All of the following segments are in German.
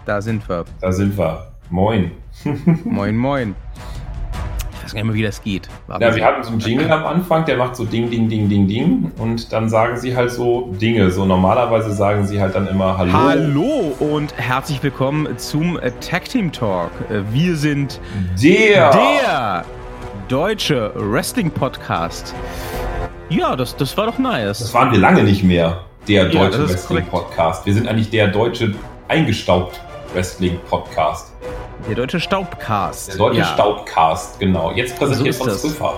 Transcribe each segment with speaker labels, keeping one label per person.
Speaker 1: Da sind wir.
Speaker 2: Da sind wir. Moin.
Speaker 1: Moin, moin. Ich weiß gar nicht mehr, wie das geht.
Speaker 2: Ja, wir hatten so einen Jingle am Anfang, der macht so Ding, Ding, Ding, Ding, Ding. Und dann sagen sie halt so Dinge. So normalerweise sagen sie halt dann immer Hallo.
Speaker 1: Hallo und herzlich willkommen zum Tag Team Talk. Wir sind
Speaker 2: der
Speaker 1: deutsche Wrestling Podcast. Ja, das war doch nice.
Speaker 2: Das waren wir lange nicht mehr, der deutsche
Speaker 1: Wrestling
Speaker 2: Podcast. Wir sind eigentlich der deutsche eingestaubt Wrestling Podcast.
Speaker 1: Der deutsche Staubcast.
Speaker 2: Der deutsche Staubcast, genau. Jetzt präsentiert von Swiffer.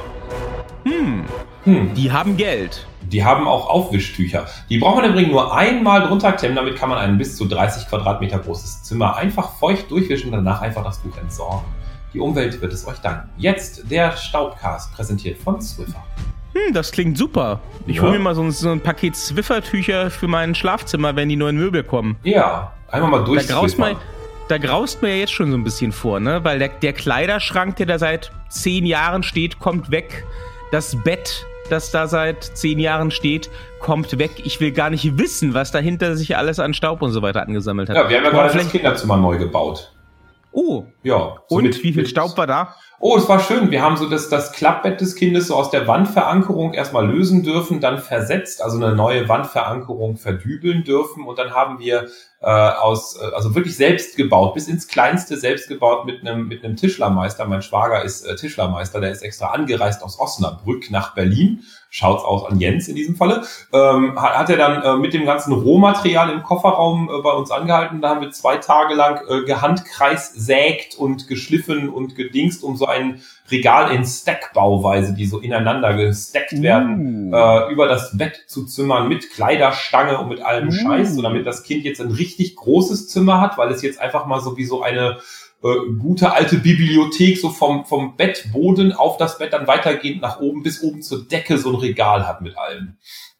Speaker 1: Die haben Geld.
Speaker 2: Die haben auch Aufwischtücher. Die braucht man im Ring nur einmal drunter klemmen, damit kann man ein bis zu 30 Quadratmeter großes Zimmer einfach feucht durchwischen und danach einfach das Buch entsorgen. Die Umwelt wird es euch danken. Jetzt der Staubcast, präsentiert von Swiffer.
Speaker 1: Das klingt super. Ich hole mir mal so ein Paket Swiffer-Tücher für mein Schlafzimmer, wenn die neuen Möbel kommen.
Speaker 2: Ja, einfach mal durchswiffern.
Speaker 1: Da graust mir ja jetzt schon so ein bisschen vor, ne? Weil der Kleiderschrank, der da seit 10 Jahren steht, kommt weg. Das Bett, das da seit 10 Jahren steht, kommt weg. Ich will gar nicht wissen, was dahinter sich alles an Staub und so weiter angesammelt hat.
Speaker 2: Ja, wir haben ja gerade das Kinderzimmer neu gebaut.
Speaker 1: Oh.
Speaker 2: Ja.
Speaker 1: So und wie viel Staub war da?
Speaker 2: Oh, es war schön. Wir haben so das Klappbett des Kindes so aus der Wandverankerung erstmal lösen dürfen, dann versetzt, also eine neue Wandverankerung verdübeln dürfen und dann haben wir also wirklich selbst gebaut, bis ins Kleinste selbst gebaut mit einem Tischlermeister. Mein Schwager ist Tischlermeister, der ist extra angereist aus Osnabrück nach Berlin. Schaut's aus an Jens in diesem Falle. Hat er dann mit dem ganzen Rohmaterial im Kofferraum bei uns angehalten. Da haben wir 2 Tage lang gehandkreissägt und geschliffen und gedingst, um so ein Regal in Stack-Bauweise, die so ineinander gestackt werden, über das Bett zu zimmern mit Kleiderstange und mit allem Scheiß, so damit das Kind jetzt ein richtig großes Zimmer hat, weil es jetzt einfach mal so wie so eine gute alte Bibliothek so vom Bettboden auf das Bett dann weitergehend nach oben bis oben zur Decke so ein Regal hat mit allem.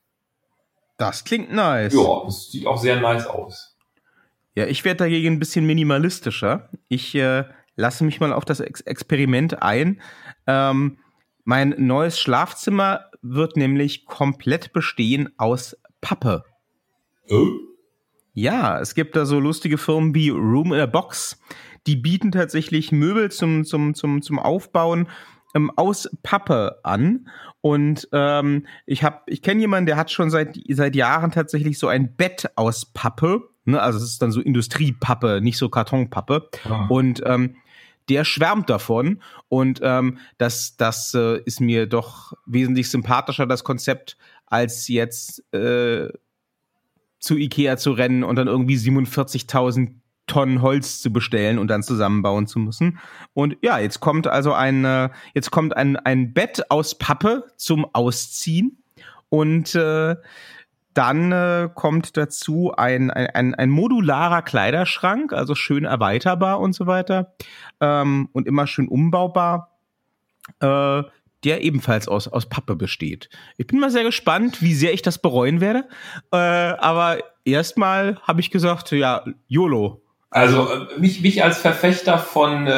Speaker 1: Das klingt nice.
Speaker 2: Ja, das sieht auch sehr nice aus.
Speaker 1: Ja, ich werde dagegen ein bisschen minimalistischer. Ich lasse mich mal auf das Experiment ein. Mein neues Schlafzimmer wird nämlich komplett bestehen aus Pappe.
Speaker 2: Oh?
Speaker 1: Ja, es gibt da so lustige Firmen wie Room in a Box. Die bieten tatsächlich Möbel zum Aufbauen aus Pappe an. Und ich kenne jemanden, der hat schon seit Jahren tatsächlich so ein Bett aus Pappe. Ne? Also es ist dann so Industriepappe, nicht so Kartonpappe. Ah. Und der schwärmt davon. Und das ist mir doch wesentlich sympathischer, das Konzept, als jetzt zu Ikea zu rennen und dann irgendwie 47.000 Tonnen Holz zu bestellen und dann zusammenbauen zu müssen. Und ja, jetzt kommt also ein Bett aus Pappe zum Ausziehen und dann kommt dazu ein modularer Kleiderschrank, also schön erweiterbar und so weiter und immer schön umbaubar, der ebenfalls aus Pappe besteht. Ich bin mal sehr gespannt, wie sehr ich das bereuen werde, aber erstmal habe ich gesagt, ja, YOLO.
Speaker 2: Also mich als Verfechter von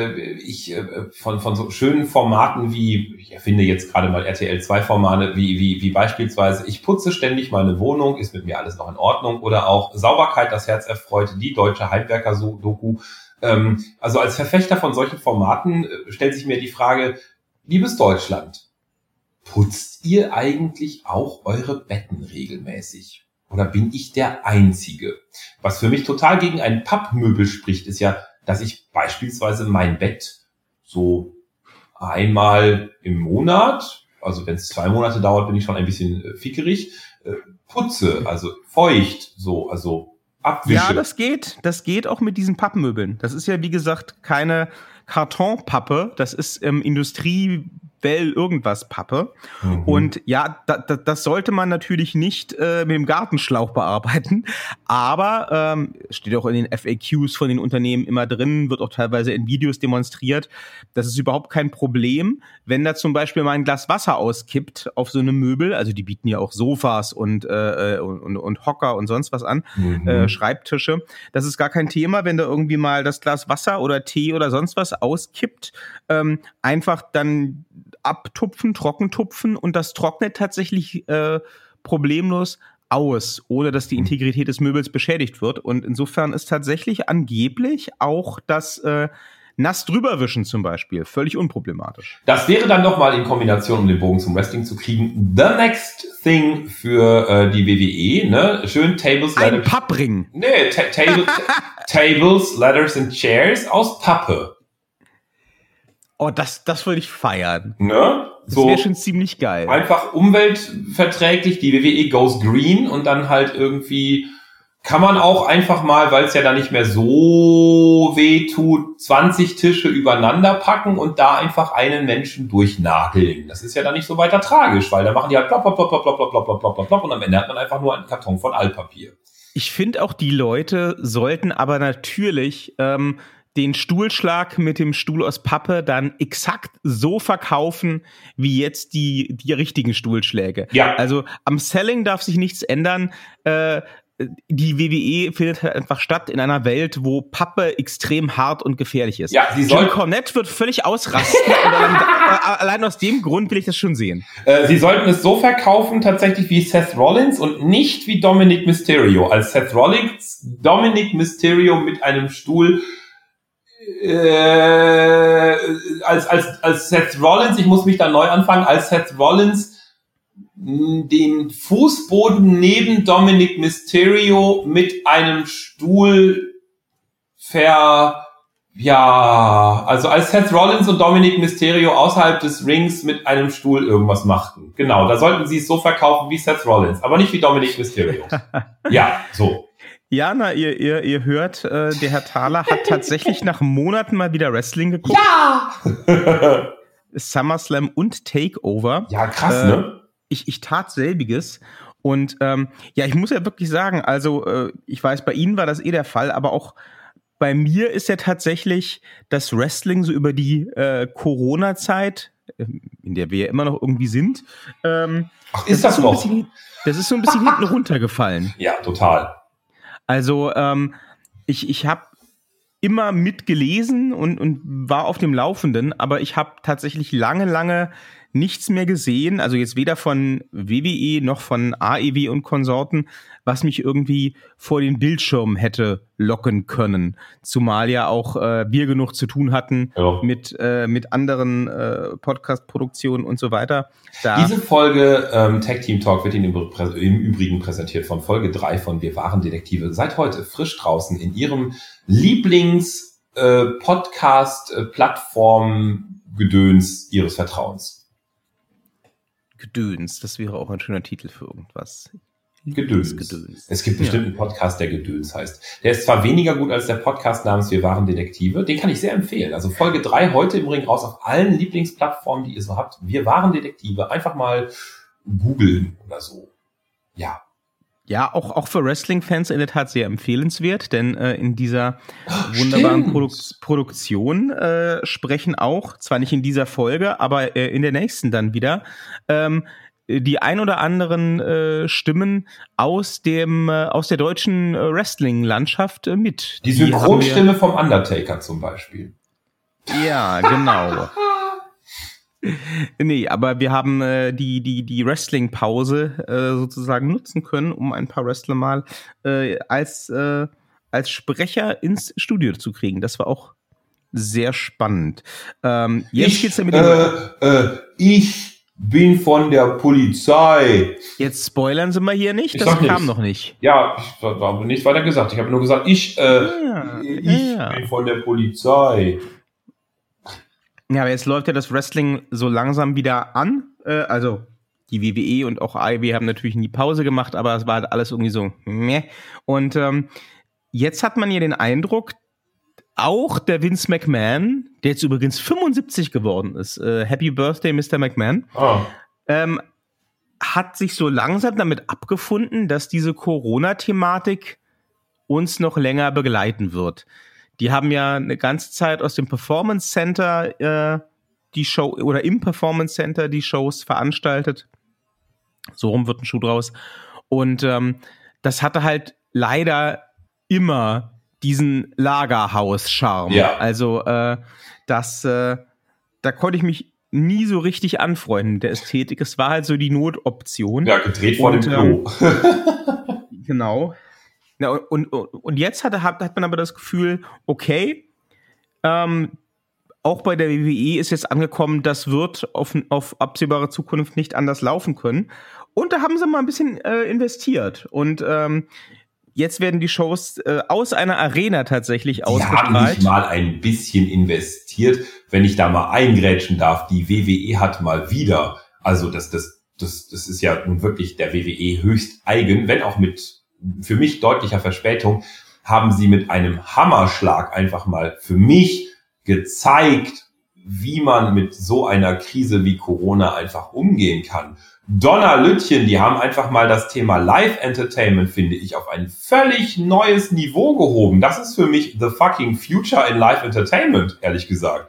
Speaker 2: so schönen Formaten wie, ich erfinde jetzt gerade mal RTL 2 Formate, wie beispielsweise, ich putze ständig meine Wohnung, ist mit mir alles noch in Ordnung, oder auch Sauberkeit, das Herz erfreut, die deutsche Heimwerker-Doku. Also als Verfechter von solchen Formaten stellt sich mir die Frage, liebes Deutschland, putzt ihr eigentlich auch eure Betten regelmäßig? Oder bin ich der Einzige? Was für mich total gegen ein Pappmöbel spricht, ist ja, dass ich beispielsweise mein Bett so einmal im Monat, also wenn es 2 Monate dauert, bin ich schon ein bisschen fickerig, putze, also feucht, so, also abwische.
Speaker 1: Ja, das geht auch mit diesen Pappmöbeln. Das ist ja, wie gesagt, keine Kartonpappe, das ist irgendwas Pappe. Mhm. Und ja, das sollte man natürlich nicht mit dem Gartenschlauch bearbeiten, aber steht auch in den FAQs von den Unternehmen immer drin, wird auch teilweise in Videos demonstriert. Das ist überhaupt kein Problem, wenn da zum Beispiel mal ein Glas Wasser auskippt auf so eine Möbel, also die bieten ja auch Sofas und Hocker und sonst was an, Schreibtische. Das ist gar kein Thema, wenn da irgendwie mal das Glas Wasser oder Tee oder sonst was auskippt, einfach dann abtupfen, trockentupfen und das trocknet tatsächlich problemlos aus, ohne dass die Integrität des Möbels beschädigt wird. Und insofern ist tatsächlich angeblich auch das nass drüberwischen zum Beispiel völlig unproblematisch.
Speaker 2: Das wäre dann doch mal in Kombination, um den Bogen zum Wrestling zu kriegen, the next thing für die WWE. Ne? Schön Tables,
Speaker 1: Ein Pappring.
Speaker 2: Nee, Tables, Ladders and Chairs aus Pappe.
Speaker 1: Oh, das würde ich feiern.
Speaker 2: Ne?
Speaker 1: Das wäre schon ziemlich geil.
Speaker 2: Einfach umweltverträglich, die WWE goes green und dann halt irgendwie kann man auch einfach mal, weil es ja da nicht mehr so weh tut, 20 Tische übereinander packen und da einfach einen Menschen durchnageln. Das ist ja dann nicht so weiter tragisch, weil da machen die halt plopp, plopp, plopp, plopp, plopp, plopp, plopp, plopp, plopp und am Ende hat man einfach nur einen Karton von Altpapier.
Speaker 1: Ich finde auch, die Leute sollten aber natürlich den Stuhlschlag mit dem Stuhl aus Pappe dann exakt so verkaufen, wie jetzt die richtigen Stuhlschläge.
Speaker 2: Ja.
Speaker 1: Also am Selling darf sich nichts ändern. Die WWE findet halt einfach statt in einer Welt, wo Pappe extrem hart und gefährlich ist.
Speaker 2: Ja,
Speaker 1: Jim Cornette wird völlig ausrasten und allein aus dem Grund will ich das schon sehen.
Speaker 2: Sie sollten es so verkaufen, tatsächlich wie Seth Rollins und nicht wie Dominic Mysterio. Als Seth Rollins Dominic Mysterio mit einem Stuhl als Seth Rollins, ich muss mich da neu anfangen, als Seth Rollins den Fußboden neben Dominic Mysterio mit einem Stuhl also als Seth Rollins und Dominic Mysterio außerhalb des Rings mit einem Stuhl irgendwas machten. Genau, da sollten sie es so verkaufen wie Seth Rollins, aber nicht wie Dominic Mysterio. Ja, so.
Speaker 1: Ja, na, ihr hört, der Herr Thaler hat tatsächlich nach Monaten mal wieder Wrestling geguckt.
Speaker 2: Ja!
Speaker 1: SummerSlam und Takeover.
Speaker 2: Ja, krass, ne?
Speaker 1: Ich tat selbiges. Und ich muss ja wirklich sagen, also ich weiß, bei Ihnen war das der Fall, aber auch bei mir ist ja tatsächlich das Wrestling so über die Corona-Zeit, in der wir ja immer noch irgendwie sind,
Speaker 2: Ach, ist das noch?
Speaker 1: Das ist so ein bisschen hinten runtergefallen.
Speaker 2: Ja, total.
Speaker 1: Also ich habe immer mitgelesen und war auf dem Laufenden, aber ich habe tatsächlich lange nichts mehr gesehen, also jetzt weder von WWE noch von AEW und Konsorten, was mich irgendwie vor den Bildschirm hätte locken können. Zumal ja auch wir genug zu tun hatten mit anderen Podcast-Produktionen und so weiter.
Speaker 2: Diese Folge Tag Team Talk wird Ihnen im Übrigen präsentiert von Folge 3 von Wir waren Detektive. Seit heute frisch draußen in Ihrem Lieblings-Podcast-Plattform-Gedöns Ihres Vertrauens.
Speaker 1: Gedöns, das wäre auch ein schöner Titel für irgendwas.
Speaker 2: Gedöns. Es gibt bestimmt einen Podcast, der Gedöns heißt. Der ist zwar weniger gut als der Podcast namens Wir waren Detektive, den kann ich sehr empfehlen. Also Folge 3 heute im Übrigen raus auf allen Lieblingsplattformen, die ihr so habt. Wir waren Detektive. Einfach mal googeln oder so. Ja.
Speaker 1: Ja, auch für Wrestling-Fans in der Tat sehr empfehlenswert, denn in dieser wunderbaren Produktion sprechen auch, zwar nicht in dieser Folge, aber in der nächsten dann wieder, die ein oder anderen Stimmen aus der deutschen Wrestling-Landschaft mit.
Speaker 2: Die Synchronstimme vom Undertaker zum Beispiel.
Speaker 1: Ja, genau. Nee, aber wir haben die Wrestling-Pause sozusagen nutzen können, um ein paar Wrestler mal als Sprecher ins Studio zu kriegen. Das war auch sehr spannend. Jetzt geht's ja mit
Speaker 2: ich bin von der Polizei.
Speaker 1: Jetzt spoilern Sie mal hier nicht, das kam noch nicht.
Speaker 2: Ja, ich habe nichts weiter gesagt. Ich habe nur gesagt, ich bin von der Polizei.
Speaker 1: Ja, aber jetzt läuft ja das Wrestling so langsam wieder an. Also die WWE und auch AEW haben natürlich nie Pause gemacht, aber es war halt alles irgendwie so meh. Und jetzt hat man ja den Eindruck, auch der Vince McMahon, der jetzt übrigens 75 geworden ist, Happy Birthday, Mr. McMahon, hat sich so langsam damit abgefunden, dass diese Corona-Thematik uns noch länger begleiten wird. Die haben ja eine ganze Zeit aus dem Performance Center die Show oder im Performance Center die Shows veranstaltet. So rum wird ein Schuh draus. Und das hatte halt leider immer diesen Lagerhaus-Charme.
Speaker 2: Ja.
Speaker 1: Also da konnte ich mich nie so richtig anfreunden mit der Ästhetik. Es war halt so die Notoption.
Speaker 2: Ja, gedreht vor dem Klo.
Speaker 1: Genau. Ja, und jetzt hat man aber das Gefühl, okay, auch bei der WWE ist jetzt angekommen, das wird auf absehbare Zukunft nicht anders laufen können. Und da haben sie mal ein bisschen investiert. Und jetzt werden die Shows aus einer Arena tatsächlich ausgestrahlt.
Speaker 2: Die haben nicht mal ein bisschen investiert, wenn ich da mal eingrätschen darf. Die WWE hat mal wieder, also das ist ja nun wirklich der WWE höchst eigen, wenn auch mit für mich deutlicher Verspätung, haben sie mit einem Hammerschlag einfach mal für mich gezeigt, wie man mit so einer Krise wie Corona einfach umgehen kann. Donnerlütchen, die haben einfach mal das Thema Live-Entertainment, finde ich, auf ein völlig neues Niveau gehoben. Das ist für mich the fucking future in Live-Entertainment, ehrlich gesagt.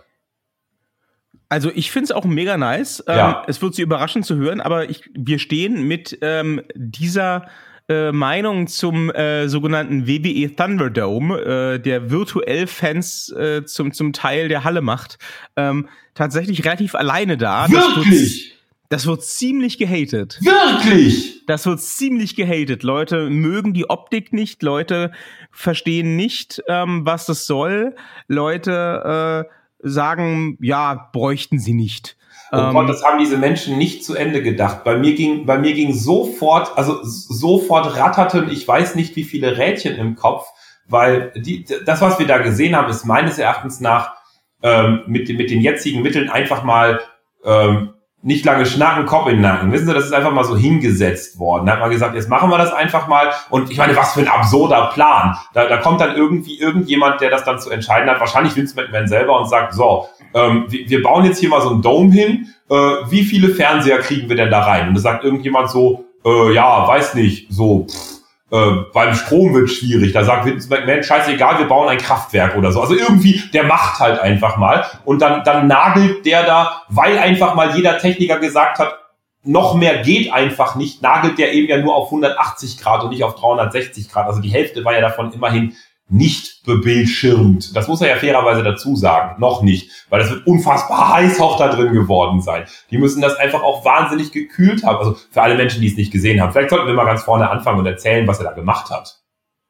Speaker 1: Also ich finde es auch mega nice.
Speaker 2: Ja.
Speaker 1: Es wird Sie überraschen zu hören, aber wir stehen mit dieser Meinung zum sogenannten WWE Thunderdome, der virtuell Fans zum Teil der Halle macht, tatsächlich relativ alleine da.
Speaker 2: Wirklich?
Speaker 1: Das wird ziemlich gehatet.
Speaker 2: Wirklich?
Speaker 1: Das wird ziemlich gehatet. Leute mögen die Optik nicht, Leute verstehen nicht, was das soll. Leute sagen, ja, bräuchten sie nicht.
Speaker 2: Oh Gott, das haben diese Menschen nicht zu Ende gedacht. Bei mir ging sofort ratterten, ich weiß nicht wie viele Rädchen im Kopf, weil das, was wir da gesehen haben, ist meines Erachtens nach mit den jetzigen Mitteln einfach mal nicht lange schnacken, Kopf in den Nacken. Wissen Sie, das ist einfach mal so hingesetzt worden. Da hat man gesagt, jetzt machen wir das einfach mal. Und ich meine, was für ein absurder Plan. Da kommt dann irgendjemand, der das dann zu entscheiden hat, wahrscheinlich Vince McMahon selber und sagt, so, wir bauen jetzt hier mal so einen Dome hin. Wie viele Fernseher kriegen wir denn da rein? Und da sagt irgendjemand so, ja, weiß nicht, so, beim Strom wird schwierig. Da sagt Vince McMahon, scheißegal, wir bauen ein Kraftwerk oder so. Also irgendwie, der macht halt einfach mal. Und dann nagelt der da, weil einfach mal jeder Techniker gesagt hat, noch mehr geht einfach nicht, nagelt der eben ja nur auf 180 Grad und nicht auf 360 Grad. Also die Hälfte war ja davon immerhin nicht bebildschirmt. Das muss er ja fairerweise dazu sagen. Noch nicht. Weil das wird unfassbar heiß auch da drin geworden sein. Die müssen das einfach auch wahnsinnig gekühlt haben. Also für alle Menschen, die es nicht gesehen haben. Vielleicht sollten wir mal ganz vorne anfangen und erzählen, was er da gemacht hat.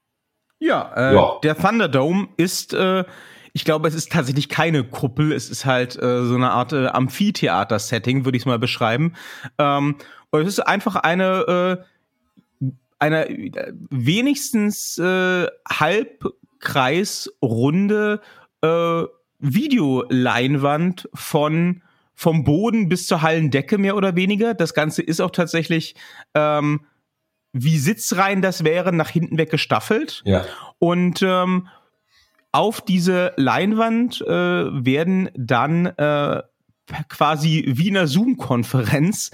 Speaker 1: Ja, der Thunderdome ist, ich glaube, es ist tatsächlich keine Kuppel. Es ist halt so eine Art Amphitheater-Setting, würde ich es mal beschreiben. Und es ist einfach eine wenigstens halbkreisrunde Videoleinwand vom Boden bis zur Hallendecke mehr oder weniger. Das Ganze ist auch tatsächlich wie Sitzreihen das wären, nach hinten weg gestaffelt.
Speaker 2: Ja.
Speaker 1: Und auf diese Leinwand werden dann quasi wie in einer Zoom-Konferenz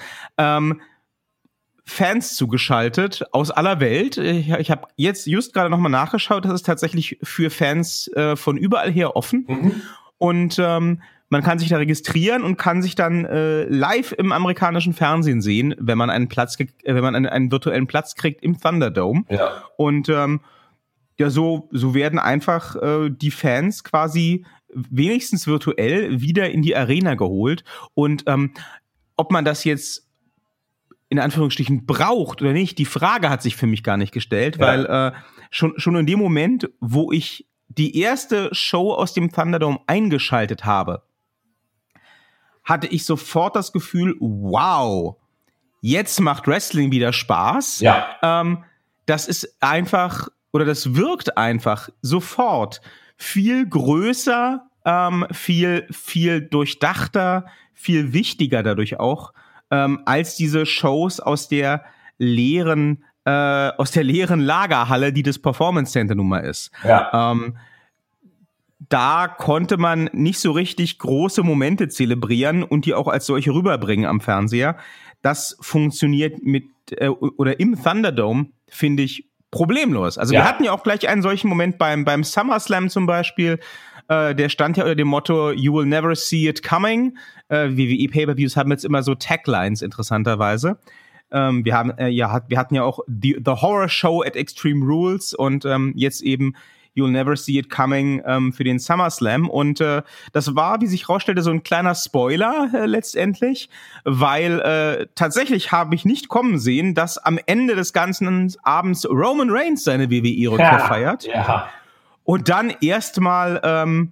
Speaker 1: Fans zugeschaltet aus aller Welt. Ich habe jetzt just gerade nochmal nachgeschaut, das ist tatsächlich für Fans von überall her offen.
Speaker 2: Mhm.
Speaker 1: Und man kann sich da registrieren und kann sich dann live im amerikanischen Fernsehen sehen, wenn man einen virtuellen Platz kriegt im Thunderdome.
Speaker 2: Ja.
Speaker 1: Und so werden einfach die Fans quasi wenigstens virtuell wieder in die Arena geholt. Und ob man das jetzt in Anführungsstrichen braucht oder nicht, die Frage hat sich für mich gar nicht gestellt, weil schon in dem Moment, wo ich die erste Show aus dem Thunderdome eingeschaltet habe, hatte ich sofort das Gefühl, wow, jetzt macht Wrestling wieder Spaß.
Speaker 2: Ja.
Speaker 1: Das ist einfach, oder das wirkt einfach sofort viel größer, viel durchdachter, viel wichtiger dadurch auch, als diese Shows aus der leeren Lagerhalle, die das Performance Center nun mal ist.
Speaker 2: Ja.
Speaker 1: Da konnte man nicht so richtig große Momente zelebrieren und die auch als solche rüberbringen am Fernseher. Das funktioniert im Thunderdome, finde ich, problemlos. Also wir hatten ja auch gleich einen solchen Moment beim SummerSlam zum Beispiel. Der stand ja unter dem Motto You will never see it coming. WWE Pay-Per-Views haben jetzt immer so Taglines, interessanterweise. Wir hatten ja auch The Horror Show at Extreme Rules und jetzt eben You'll Never See It Coming für den SummerSlam. Und das war, wie sich rausstellte, so ein kleiner Spoiler letztendlich, weil tatsächlich habe ich nicht kommen sehen, dass am Ende des ganzen Abends Roman Reigns seine WWE-Rückkehr feiert.
Speaker 2: Ja.
Speaker 1: Und dann erstmal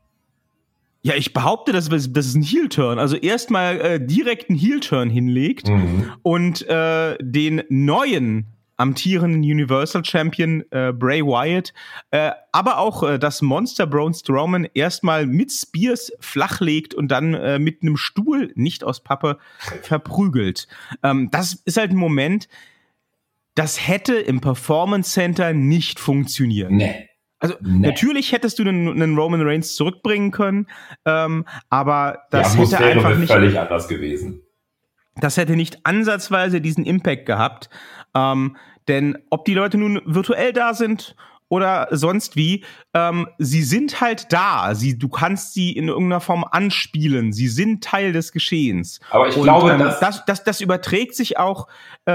Speaker 1: ja, ich behaupte, das ist ein Heel-Turn. Also erstmal direkt einen Heel-Turn hinlegt und den neuen amtierenden Universal Champion Bray Wyatt, aber auch das Monster Braun Strowman erstmal mit Spears flachlegt und dann mit einem Stuhl, nicht aus Pappe, verprügelt. Das ist halt ein Moment, das hätte im Performance Center nicht funktioniert.
Speaker 2: Nee.
Speaker 1: Also natürlich hättest du einen Roman Reigns zurückbringen können, aber das hätte einfach nicht
Speaker 2: völlig anders gewesen.
Speaker 1: Das hätte nicht ansatzweise diesen Impact gehabt, denn ob die Leute nun virtuell da sind oder sonst wie, sie sind halt da. Du kannst sie in irgendeiner Form anspielen. Sie sind Teil des Geschehens.
Speaker 2: Aber ich glaube,
Speaker 1: das überträgt sich auch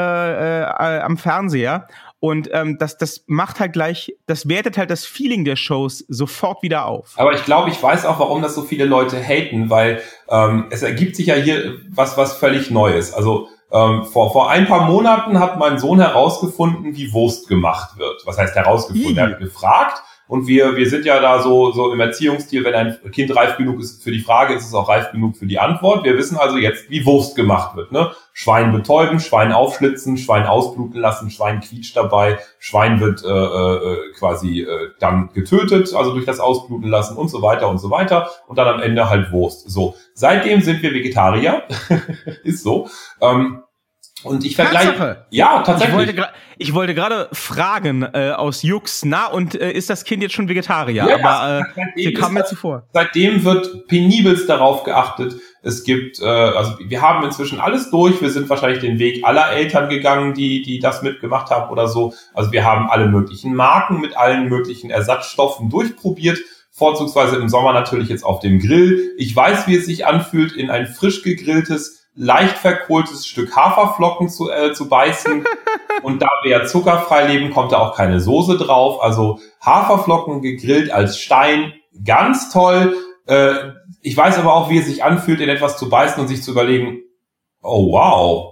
Speaker 1: am Fernseher. Und das macht halt das wertet halt das Feeling der Shows sofort wieder auf.
Speaker 2: Aber ich glaube, ich weiß auch, warum das so viele Leute haten, weil es ergibt sich ja hier was völlig Neues. Also vor ein paar Monaten hat mein Sohn herausgefunden, wie Wurst gemacht wird. Was heißt herausgefunden? Er hat gefragt. Und wir sind ja da so im Erziehungsstil, wenn ein Kind reif genug ist für die Frage, ist es auch reif genug für die Antwort. Wir wissen also jetzt, wie Wurst gemacht wird, ne? Schwein betäuben, Schwein aufschlitzen, Schwein ausbluten lassen, Schwein quietscht dabei, Schwein wird quasi dann getötet, also durch das Ausbluten lassen und so weiter und so weiter. Und dann am Ende halt Wurst. So. Seitdem sind wir Vegetarier. Ist so. Und ich vergleiche. Ja, tatsächlich.
Speaker 1: Ich wollte gerade fragen aus Jux, und ist das Kind jetzt schon Vegetarier?
Speaker 2: Ja,
Speaker 1: aber hier kam mir zuvor.
Speaker 2: Seitdem wird penibelst darauf geachtet. Es gibt, also wir haben inzwischen alles durch. Wir sind wahrscheinlich den Weg aller Eltern gegangen, die das mitgemacht haben oder so. Also wir haben alle möglichen Marken mit allen möglichen Ersatzstoffen durchprobiert. Vorzugsweise im Sommer natürlich jetzt auf dem Grill. Ich weiß, wie es sich anfühlt, in ein frisch gegrilltes, leicht verkohltes Stück Haferflocken zu beißen. Und da wir ja zuckerfrei leben, kommt da auch keine Soße drauf. Also Haferflocken gegrillt als Stein, ganz toll. Ich weiß aber auch, wie es sich anfühlt, in etwas zu beißen und sich zu überlegen, oh wow,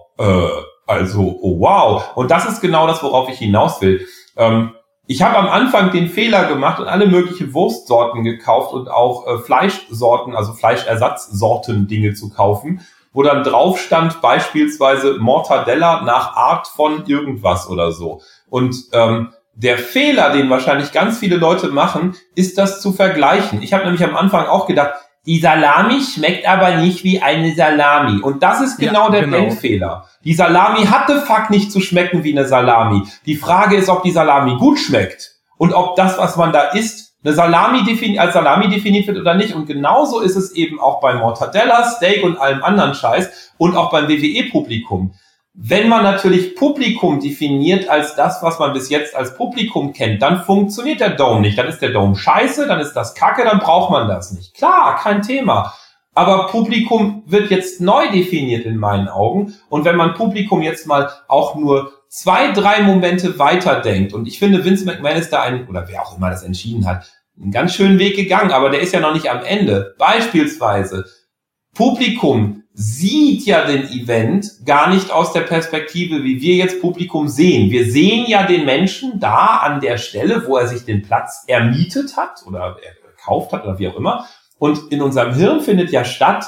Speaker 2: oh wow. Und das ist genau das, worauf ich hinaus will. Ich habe am Anfang den Fehler gemacht und alle mögliche Wurstsorten gekauft und auch Fleischsorten, also Fleischersatzsorten Dinge zu kaufen, wo dann drauf stand beispielsweise Mortadella nach Art von irgendwas oder so. Und der Fehler, den wahrscheinlich ganz viele Leute machen, ist das zu vergleichen. Ich habe nämlich am Anfang auch gedacht, die Salami schmeckt aber nicht wie eine Salami. Und das ist genau der Denkfehler. Die Salami hatte nicht zu schmecken wie eine Salami. Die Frage ist, ob die Salami gut schmeckt und ob das, was man da isst, eine Salami als Salami definiert wird oder nicht. Und genauso ist es eben auch bei Mortadella, Steak und allem anderen Scheiß und auch beim WWE-Publikum. Wenn man natürlich Publikum definiert als das, was man bis jetzt als Publikum kennt, dann funktioniert der Dome nicht. Dann ist der Dome scheiße, dann ist das Kacke, dann braucht man das nicht. Klar, kein Thema. Aber Publikum wird jetzt neu definiert in meinen Augen. Und wenn man Publikum jetzt mal auch nur 2, 3 Momente weiterdenkt, und ich finde, Vince McMahon ist da oder wer auch immer das entschieden hat, einen ganz schönen Weg gegangen, aber der ist ja noch nicht am Ende. Beispielsweise, Publikum sieht ja den Event gar nicht aus der Perspektive, wie wir jetzt Publikum sehen. Wir sehen ja den Menschen da an der Stelle, wo er sich den Platz ermietet hat oder er gekauft hat oder wie auch immer. Und in unserem Hirn findet ja statt,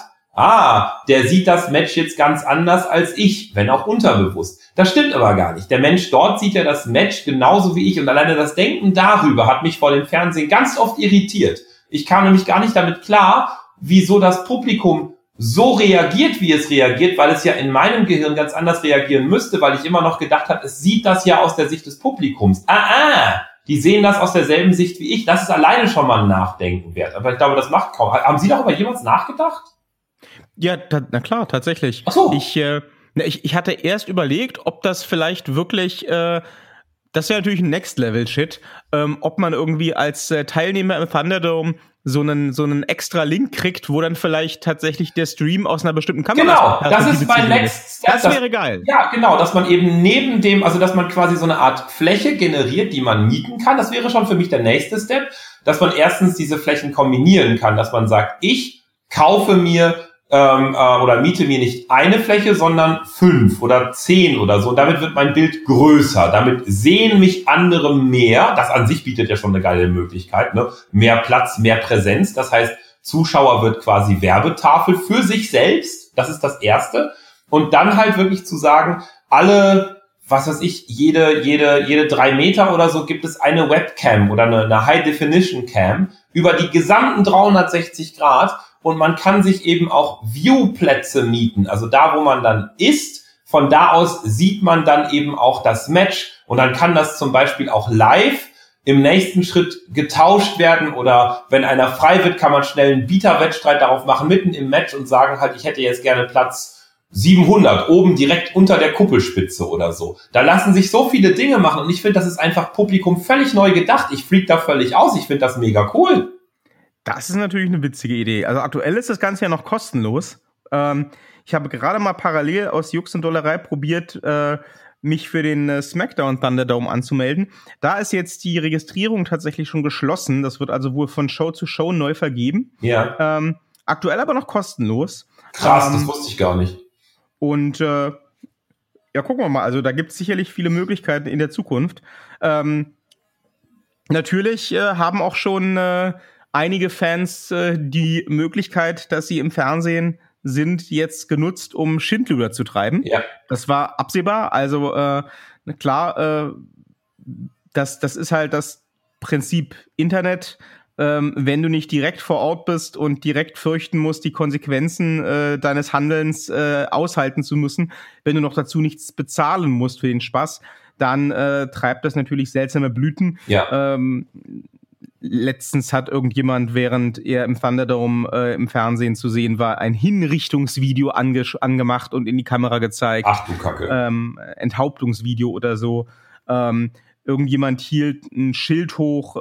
Speaker 2: der sieht das Match jetzt ganz anders als ich, wenn auch unterbewusst. Das stimmt aber gar nicht. Der Mensch dort sieht ja das Match genauso wie ich und alleine das Denken darüber hat mich vor dem Fernsehen ganz oft irritiert. Ich kam nämlich gar nicht damit klar, wieso das Publikum so reagiert, wie es reagiert, weil es ja in meinem Gehirn ganz anders reagieren müsste, weil ich immer noch gedacht habe, es sieht das ja aus der Sicht des Publikums. Die sehen das aus derselben Sicht wie ich. Das ist alleine schon mal ein Nachdenken wert. Aber ich glaube, das macht kaum. Haben Sie darüber jemals nachgedacht?
Speaker 1: Ja, na klar, tatsächlich.
Speaker 2: Ach so.
Speaker 1: Ich hatte erst überlegt, ob das vielleicht wirklich, das wäre natürlich ein Next-Level-Shit, ob man irgendwie als Teilnehmer im Thunderdome so einen extra Link kriegt, wo dann vielleicht tatsächlich der Stream aus einer bestimmten Kamera.
Speaker 2: Genau, das ist mein Next Step.
Speaker 1: Das wäre geil.
Speaker 2: Ja, genau, dass man eben neben dem, also dass man quasi so eine Art Fläche generiert, die man mieten kann. Das wäre schon für mich der nächste Step, dass man erstens diese Flächen kombinieren kann, dass man sagt, ich kaufe mir oder miete mir nicht eine Fläche, sondern 5 oder 10 oder so. Und damit wird mein Bild größer. Damit sehen mich andere mehr. Das an sich bietet ja schon eine geile Möglichkeit, ne? Mehr Platz, mehr Präsenz. Das heißt, Zuschauer wird quasi Werbetafel für sich selbst. Das ist das Erste. Und dann halt wirklich zu sagen, alle, was weiß ich, jede 3 Meter oder so gibt es eine Webcam oder eine High-Definition-Cam über die gesamten 360 Grad. Und man kann sich eben auch Viewplätze mieten, also da, wo man dann ist. Von da aus sieht man dann eben auch das Match und dann kann das zum Beispiel auch live im nächsten Schritt getauscht werden oder wenn einer frei wird, kann man schnell einen Bieterwettstreit darauf machen, mitten im Match und sagen halt, ich hätte jetzt gerne Platz 700, oben direkt unter der Kuppelspitze oder so. Da lassen sich so viele Dinge machen und ich finde, das ist einfach Publikum völlig neu gedacht. Ich freak da völlig aus, ich finde das mega cool.
Speaker 1: Das ist natürlich eine witzige Idee. Also aktuell ist das Ganze ja noch kostenlos. Ich habe gerade mal parallel aus Jux und Dollerei probiert, mich für den SmackDown Thunderdome anzumelden. Da ist jetzt die Registrierung tatsächlich schon geschlossen. Das wird also wohl von Show zu Show neu vergeben.
Speaker 2: Ja.
Speaker 1: Aktuell aber noch kostenlos.
Speaker 2: Krass, das wusste ich gar nicht.
Speaker 1: Und ja, gucken wir mal. Also da gibt es sicherlich viele Möglichkeiten in der Zukunft. Natürlich haben auch schon einige Fans die Möglichkeit, dass sie im Fernsehen sind, jetzt genutzt, um Schindluder zu treiben. Ja. Das war absehbar. Also klar, das ist halt das Prinzip Internet. Wenn du nicht direkt vor Ort bist und direkt fürchten musst, die Konsequenzen deines Handelns aushalten zu müssen, wenn du noch dazu nichts bezahlen musst für den Spaß, dann treibt das natürlich seltsame Blüten. Ja. Letztens hat irgendjemand, während er im Thunderdome im Fernsehen zu sehen war, ein Hinrichtungsvideo angemacht und in die Kamera gezeigt.
Speaker 2: Ach du Kacke.
Speaker 1: Enthauptungsvideo oder so. Irgendjemand hielt ein Schild hoch,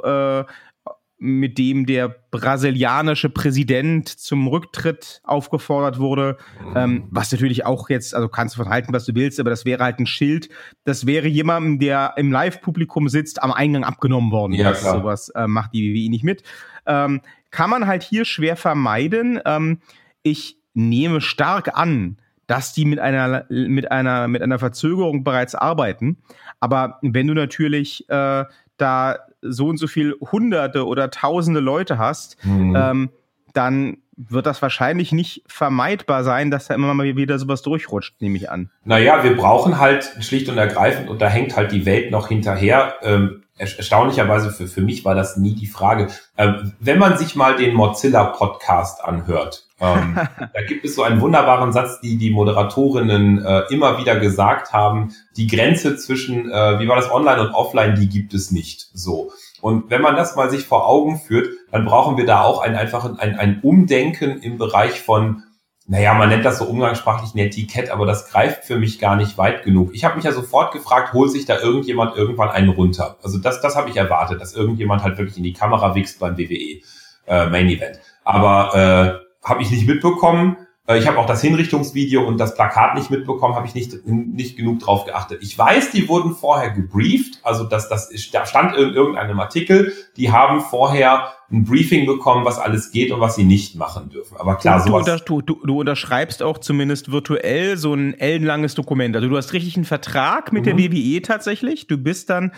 Speaker 1: mit dem der brasilianische Präsident zum Rücktritt aufgefordert wurde, was natürlich auch jetzt, also kannst du von halten, was du willst, aber das wäre halt ein Schild, das wäre jemandem, der im Live-Publikum sitzt, am Eingang abgenommen worden. Ja, klar. Sowas macht die WWE nicht mit. Kann man halt hier schwer vermeiden. Ich nehme stark an, dass die mit einer Verzögerung bereits arbeiten, aber wenn du natürlich da so und so viel Hunderte oder Tausende Leute hast, dann wird das wahrscheinlich nicht vermeidbar sein, dass da immer mal wieder sowas durchrutscht, nehme ich an.
Speaker 2: Naja, wir brauchen halt schlicht und ergreifend, und da hängt halt die Welt noch hinterher. Erstaunlicherweise für mich war das nie die Frage. Wenn man sich mal den Mozilla-Podcast anhört, da gibt es so einen wunderbaren Satz, die Moderatorinnen immer wieder gesagt haben, die Grenze zwischen, wie war das, Online und Offline, die gibt es nicht. So. Und wenn man das mal sich vor Augen führt, dann brauchen wir da auch ein Umdenken im Bereich von, naja, man nennt das so umgangssprachlich ein Etikett, aber das greift für mich gar nicht weit genug. Ich habe mich ja sofort gefragt, holt sich da irgendjemand irgendwann einen runter? Also das habe ich erwartet, dass irgendjemand halt wirklich in die Kamera wächst beim WWE Main Event. Aber habe ich nicht mitbekommen. Ich habe auch das Hinrichtungsvideo und das Plakat nicht mitbekommen, habe ich nicht genug drauf geachtet. Ich weiß, die wurden vorher gebrieft, also da stand in irgendeinem Artikel, die haben vorher ein Briefing bekommen, was alles geht und was sie nicht machen dürfen. Aber klar, sowas...
Speaker 1: Du unterschreibst auch zumindest virtuell so ein ellenlanges Dokument. Also du hast richtig einen Vertrag mit der WWE tatsächlich. Du bist dann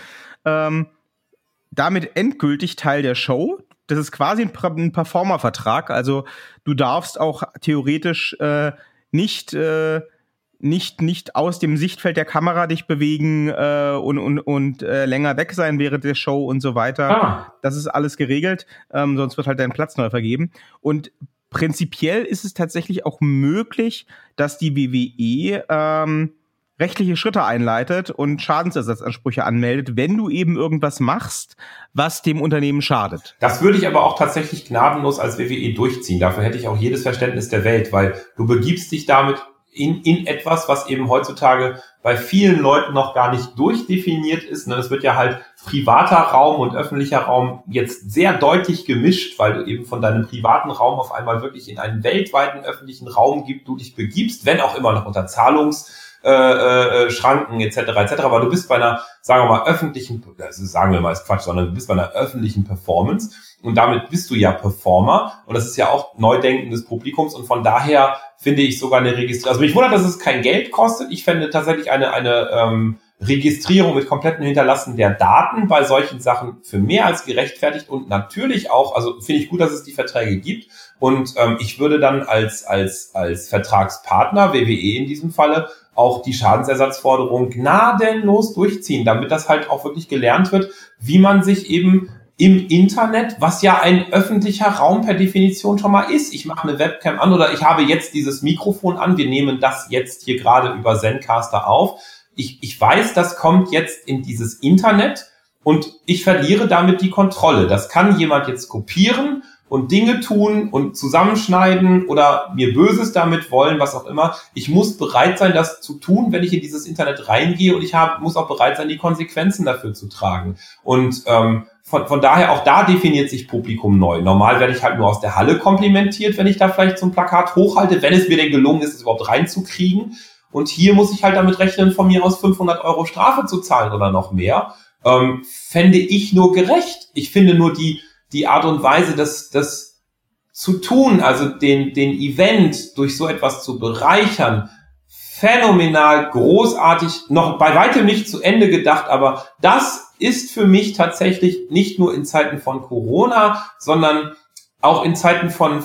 Speaker 1: damit endgültig Teil der Show. Das ist quasi ein Performer-Vertrag. Also du darfst auch theoretisch nicht aus dem Sichtfeld der Kamera dich bewegen und länger weg sein während der Show und so weiter. Das ist alles geregelt. Sonst wird halt dein Platz neu vergeben. Und prinzipiell ist es tatsächlich auch möglich, dass die WWE rechtliche Schritte einleitet und Schadensersatzansprüche anmeldet, wenn du eben irgendwas machst, was dem Unternehmen schadet.
Speaker 2: Das würde ich aber auch tatsächlich gnadenlos als WWE durchziehen. Dafür hätte ich auch jedes Verständnis der Welt, weil du begibst dich damit in etwas, was eben heutzutage bei vielen Leuten noch gar nicht durchdefiniert ist. Es wird ja halt privater Raum und öffentlicher Raum jetzt sehr deutlich gemischt, weil du eben von deinem privaten Raum auf einmal wirklich in einen weltweiten öffentlichen Raum du dich begibst, wenn auch immer noch unter Schranken etc. etc. Aber du bist bei einer, sagen wir mal, öffentlichen, also sagen wir mal, ist Quatsch, sondern du bist bei einer öffentlichen Performance und damit bist du ja Performer und das ist ja auch Neudenken des Publikums und von daher finde ich sogar eine Registrierung, also mich wundert, dass es kein Geld kostet. Ich fände tatsächlich eine Registrierung mit komplettem Hinterlassen der Daten bei solchen Sachen für mehr als gerechtfertigt und natürlich auch, also finde ich gut, dass es die Verträge gibt und ich würde dann als Vertragspartner, WWE in diesem Falle, auch die Schadensersatzforderung gnadenlos durchziehen, damit das halt auch wirklich gelernt wird, wie man sich eben im Internet, was ja ein öffentlicher Raum per Definition schon mal ist. Ich mache eine Webcam an oder ich habe jetzt dieses Mikrofon an. Wir nehmen das jetzt hier gerade über Zencastr auf. Ich weiß, das kommt jetzt in dieses Internet und ich verliere damit die Kontrolle. Das kann jemand jetzt kopieren und Dinge tun und zusammenschneiden oder mir Böses damit wollen, was auch immer. Ich muss bereit sein, das zu tun, wenn ich in dieses Internet reingehe und muss auch bereit sein, die Konsequenzen dafür zu tragen. Und von daher, auch da definiert sich Publikum neu. Normal werde ich halt nur aus der Halle komplimentiert, wenn ich da vielleicht so ein Plakat hochhalte, wenn es mir denn gelungen ist, es überhaupt reinzukriegen. Und hier muss ich halt damit rechnen, von mir aus 500 € Strafe zu zahlen oder noch mehr. Fände ich nur gerecht. Ich finde nur die Art und Weise, das zu tun, also den Event durch so etwas zu bereichern, phänomenal, großartig, noch bei weitem nicht zu Ende gedacht, aber das ist für mich tatsächlich nicht nur in Zeiten von Corona, sondern auch in Zeiten von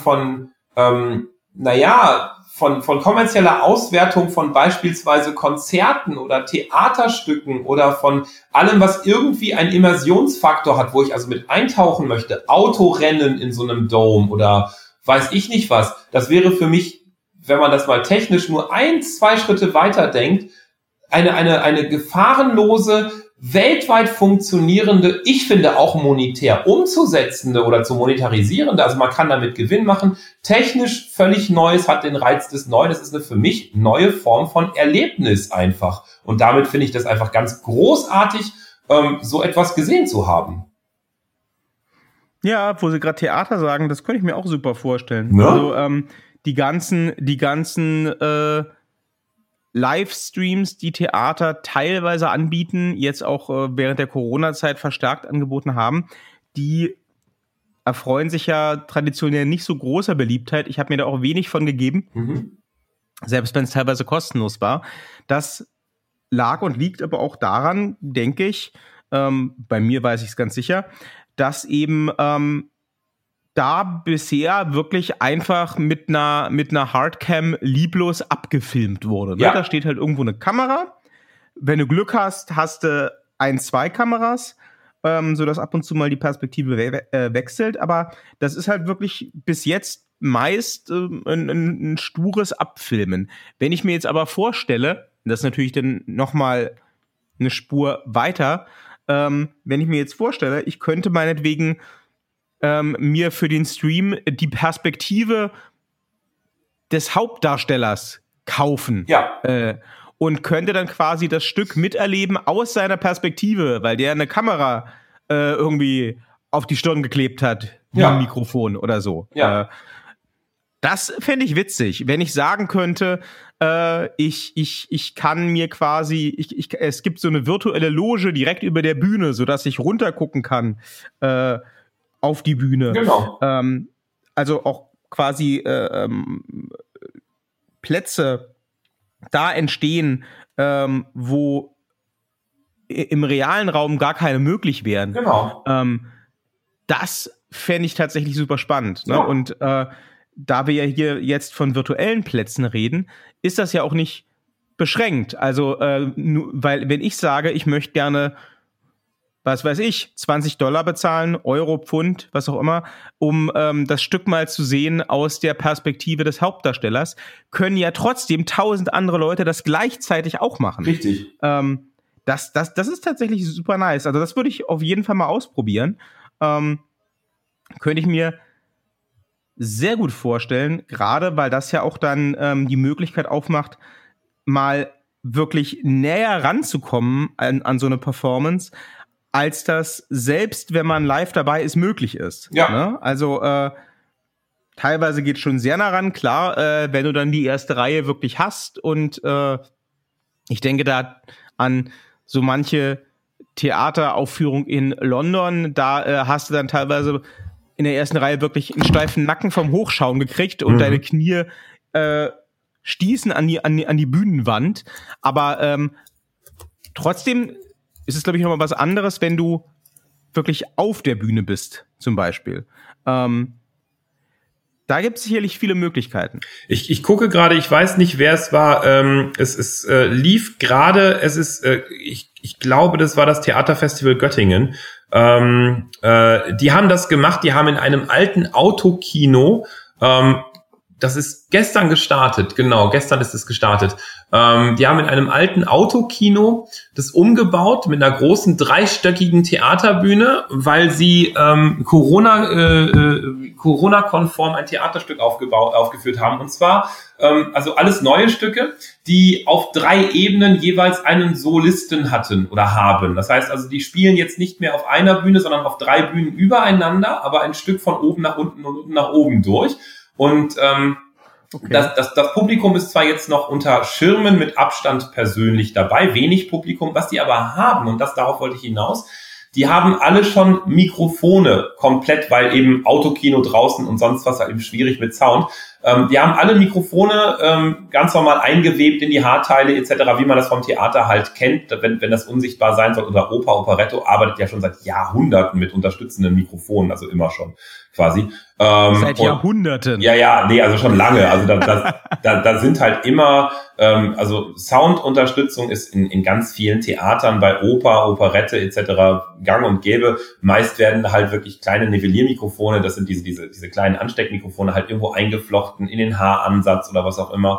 Speaker 2: kommerzieller Auswertung von beispielsweise Konzerten oder Theaterstücken oder von allem, was irgendwie einen Immersionsfaktor hat, wo ich also mit eintauchen möchte, Autorennen in so einem Dome oder weiß ich nicht was. Das wäre für mich, wenn man das mal technisch nur 1-2 Schritte weiter denkt, eine gefahrenlose, weltweit funktionierende, ich finde auch monetär umzusetzende oder zu monetarisierende, also man kann damit Gewinn machen, technisch völlig Neues, hat den Reiz des Neuen, das ist eine für mich neue Form von Erlebnis einfach. Und damit finde ich das einfach ganz großartig, so etwas gesehen zu haben.
Speaker 1: Ja, wo Sie gerade Theater sagen, das könnte ich mir auch super vorstellen.
Speaker 2: Ja?
Speaker 1: Also die ganzen Livestreams, die Theater teilweise anbieten, jetzt auch während der Corona-Zeit verstärkt angeboten haben, die erfreuen sich ja traditionell nicht so großer Beliebtheit. Ich habe mir da auch wenig von gegeben, selbst wenn es teilweise kostenlos war. Das lag und liegt aber auch daran, denke ich, bei mir weiß ich es ganz sicher, dass eben da bisher wirklich einfach mit einer Hardcam lieblos abgefilmt wurde. Ne?
Speaker 2: Ja.
Speaker 1: Da steht halt irgendwo eine Kamera. Wenn du Glück hast, hast du 1-2 Kameras, sodass ab und zu mal die Perspektive wechselt. Aber das ist halt wirklich bis jetzt meist ein stures Abfilmen. Wenn ich mir jetzt aber vorstelle, das ist natürlich dann nochmal eine Spur weiter, wenn ich mir jetzt vorstelle, ich könnte meinetwegen mir für den Stream die Perspektive des Hauptdarstellers kaufen.
Speaker 2: Ja.
Speaker 1: Und könnte dann quasi das Stück miterleben aus seiner Perspektive, weil der eine Kamera irgendwie auf die Stirn geklebt hat, wie ein Mikrofon oder so.
Speaker 2: Ja.
Speaker 1: Das fände ich witzig, wenn ich sagen könnte, ich kann mir quasi, es gibt so eine virtuelle Loge direkt über der Bühne, sodass ich runtergucken kann auf die Bühne.
Speaker 2: Genau.
Speaker 1: Also auch quasi Plätze da entstehen, wo im realen Raum gar keine möglich wären.
Speaker 2: Genau.
Speaker 1: Das fände ich tatsächlich super spannend. Ne?
Speaker 2: Ja.
Speaker 1: Und da wir ja hier jetzt von virtuellen Plätzen reden, ist das ja auch nicht beschränkt. Also, weil wenn ich sage, ich möchte gerne, was weiß ich, $20 bezahlen, Euro, Pfund, was auch immer, um das Stück mal zu sehen aus der Perspektive des Hauptdarstellers, können ja trotzdem 1000 andere Leute das gleichzeitig auch machen.
Speaker 2: Richtig.
Speaker 1: Das ist tatsächlich super nice. Also das würde ich auf jeden Fall mal ausprobieren. Könnte ich mir sehr gut vorstellen, gerade weil das ja auch dann die Möglichkeit aufmacht, mal wirklich näher ranzukommen an so eine Performance, als das selbst, wenn man live dabei ist, möglich ist.
Speaker 2: Ja.
Speaker 1: Ne? Also teilweise geht es schon sehr nah ran, klar, wenn du dann die erste Reihe wirklich hast und ich denke da an so manche Theateraufführung in London, da hast du dann teilweise in der ersten Reihe wirklich einen steifen Nacken vom Hochschauen gekriegt und deine Knie stießen an die Bühnenwand. Aber trotzdem ist es, glaube ich, nochmal was anderes, wenn du wirklich auf der Bühne bist, zum Beispiel. Da gibt es sicherlich viele Möglichkeiten.
Speaker 2: Ich gucke gerade, ich weiß nicht, wer es war. Es lief gerade, ich glaube, das war das Theaterfestival Göttingen. Die haben das gemacht, die haben in einem alten Autokino, das ist gestern gestartet, genau, gestern ist es gestartet. Die haben in einem alten Autokino das umgebaut mit einer großen dreistöckigen Theaterbühne, weil sie Corona-konform ein Theaterstück aufgeführt haben. Und zwar also alles neue Stücke, die auf 3 Ebenen jeweils einen Solisten hatten oder haben. Das heißt also, die spielen jetzt nicht mehr auf einer Bühne, sondern auf 3 Bühnen übereinander, aber ein Stück von oben nach unten und unten nach oben durch. Und okay. Das Publikum ist zwar jetzt noch unter Schirmen mit Abstand persönlich dabei, wenig Publikum, was die aber haben, und darauf wollte ich hinaus, die haben alle schon Mikrofone komplett, weil eben Autokino draußen und sonst was halt eben schwierig mit Sound. Die haben alle Mikrofone ganz normal eingewebt in die Haarteile etc., wie man das vom Theater halt kennt, wenn das unsichtbar sein soll. Oder Operetto arbeitet ja schon seit Jahrhunderten mit unterstützenden Mikrofonen, also immer schon quasi.
Speaker 1: Seit Jahrhunderten.
Speaker 2: Ja, nee, also schon lange. Also da sind halt immer, also Soundunterstützung ist in ganz vielen Theatern bei Operette etc. gang und gäbe. Meist werden halt wirklich kleine Nivelliermikrofone, das sind diese kleinen Ansteckmikrofone, halt irgendwo eingeflochten in den Haaransatz oder was auch immer,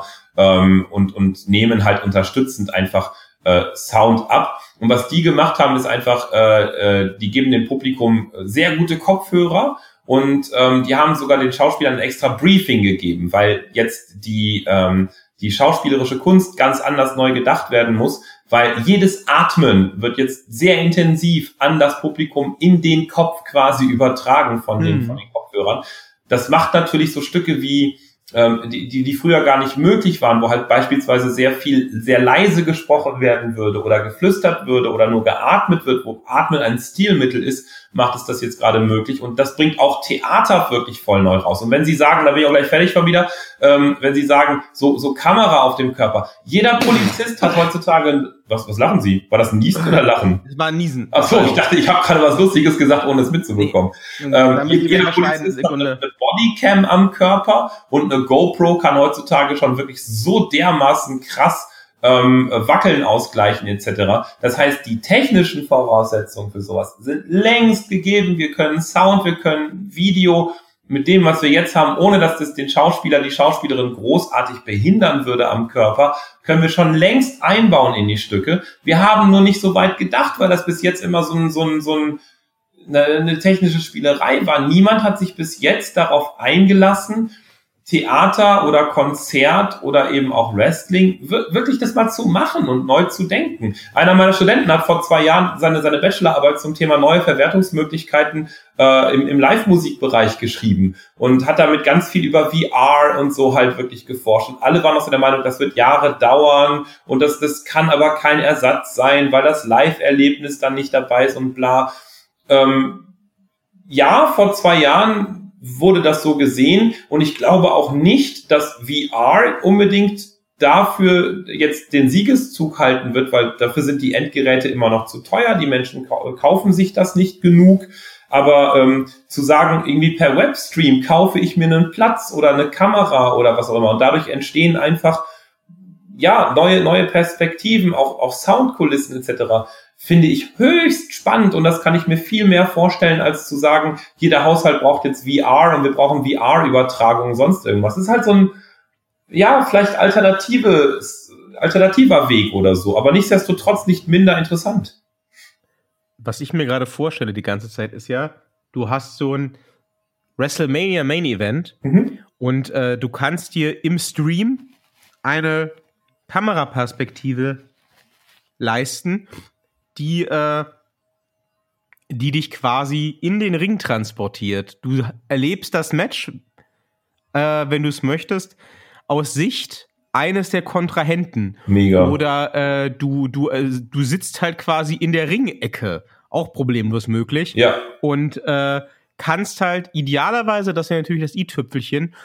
Speaker 2: und nehmen halt unterstützend einfach Sound ab. Und was die gemacht haben, ist einfach, die geben dem Publikum sehr gute Kopfhörer. Und die haben sogar den Schauspielern ein extra Briefing gegeben, weil jetzt die schauspielerische Kunst ganz anders neu gedacht werden muss, weil jedes Atmen wird jetzt sehr intensiv an das Publikum in den Kopf quasi übertragen von den Kopfhörern. Das macht natürlich so Stücke wie die früher gar nicht möglich waren, wo halt beispielsweise sehr leise gesprochen werden würde oder geflüstert würde oder nur geatmet wird, wo Atmen ein Stilmittel ist, macht es das jetzt gerade möglich, und das bringt auch Theater wirklich voll neu raus. Und wenn Sie sagen, da bin ich auch gleich fertig schon wieder, wenn Sie sagen, so Kamera auf dem Körper, jeder Polizist hat heutzutage, was lachen Sie? War das ein Niesen oder Lachen?
Speaker 1: Das war ein Niesen.
Speaker 2: Ach so, ich dachte, ich habe gerade was Lustiges gesagt, ohne es mitzubekommen. Nee. Jeder Polizist hat eine Bodycam am Körper, und eine GoPro kann heutzutage schon wirklich so dermaßen krass Wackeln ausgleichen etc. Das heißt, die technischen Voraussetzungen für sowas sind längst gegeben. Wir können Sound, wir können Video. Mit dem, was wir jetzt haben, ohne dass das den Schauspieler, die Schauspielerin großartig behindern würde am Körper, können wir schon längst einbauen in die Stücke. Wir haben nur nicht so weit gedacht, weil das bis jetzt immer eine technische Spielerei war. Niemand hat sich bis jetzt darauf eingelassen, Theater oder Konzert oder eben auch Wrestling wirklich das mal zu machen und neu zu denken. Einer meiner Studenten hat vor 2 Jahren seine Bachelorarbeit zum Thema neue Verwertungsmöglichkeiten im Live-Musikbereich geschrieben und hat damit ganz viel über VR und so halt wirklich geforscht. Und alle waren auch so der Meinung, das wird Jahre dauern und das kann aber kein Ersatz sein, weil das Live-Erlebnis dann nicht dabei ist und bla. Ja, vor 2 Jahren wurde das so gesehen, und ich glaube auch nicht, dass VR unbedingt dafür jetzt den Siegeszug halten wird, weil dafür sind die Endgeräte immer noch zu teuer, die Menschen kaufen sich das nicht genug, aber zu sagen, irgendwie per Webstream kaufe ich mir einen Platz oder eine Kamera oder was auch immer, und dadurch entstehen einfach neue Perspektiven, auch Soundkulissen etc., finde ich höchst spannend, und das kann ich mir viel mehr vorstellen, als zu sagen, jeder Haushalt braucht jetzt VR und wir brauchen VR-Übertragung und sonst irgendwas. Das ist halt so ein, vielleicht alternativer Weg oder so, aber nichtsdestotrotz nicht minder interessant.
Speaker 1: Was ich mir gerade vorstelle die ganze Zeit ist ja, du hast so ein WrestleMania Main Event und du kannst dir im Stream eine Kameraperspektive leisten, die dich quasi in den Ring transportiert. Du erlebst das Match, wenn du es möchtest, aus Sicht eines der Kontrahenten.
Speaker 2: Mega.
Speaker 1: Oder du sitzt halt quasi in der Ringecke. Auch problemlos möglich.
Speaker 2: Ja.
Speaker 1: Und kannst halt idealerweise, das ist ja natürlich das i-Tüpfelchen,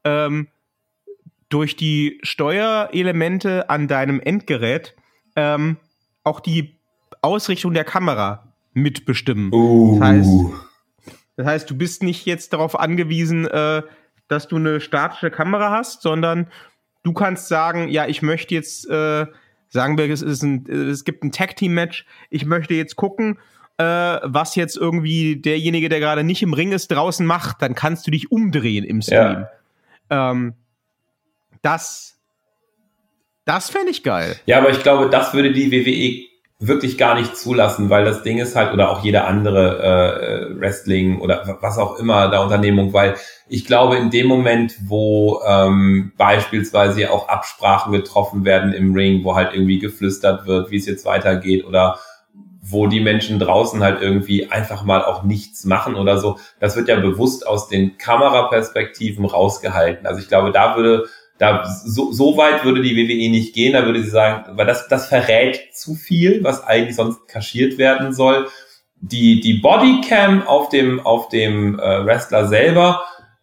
Speaker 1: durch die Steuerelemente an deinem Endgerät auch die Ausrichtung der Kamera mitbestimmen. Das heißt, du bist nicht jetzt darauf angewiesen, dass du eine statische Kamera hast, sondern du kannst sagen, ja, ich möchte jetzt, sagen wir, es gibt ein Tag-Team-Match, ich möchte jetzt gucken, was jetzt irgendwie derjenige, der gerade nicht im Ring ist, draußen macht, dann kannst du dich umdrehen im Stream. Ja. Das fände ich geil.
Speaker 2: Ja, aber ich glaube, das würde die WWE wirklich gar nicht zulassen, weil das Ding ist halt, oder auch jede andere Wrestling oder was auch immer da Unternehmung, weil ich glaube, in dem Moment, wo beispielsweise auch Absprachen getroffen werden im Ring, wo halt irgendwie geflüstert wird, wie es jetzt weitergeht, oder wo die Menschen draußen halt irgendwie einfach mal auch nichts machen oder so, das wird ja bewusst aus den Kameraperspektiven rausgehalten. Also ich glaube, so weit würde die WWE nicht gehen, da würde sie sagen, weil das verrät zu viel, was eigentlich sonst kaschiert werden soll. Die Bodycam auf dem Wrestler selber,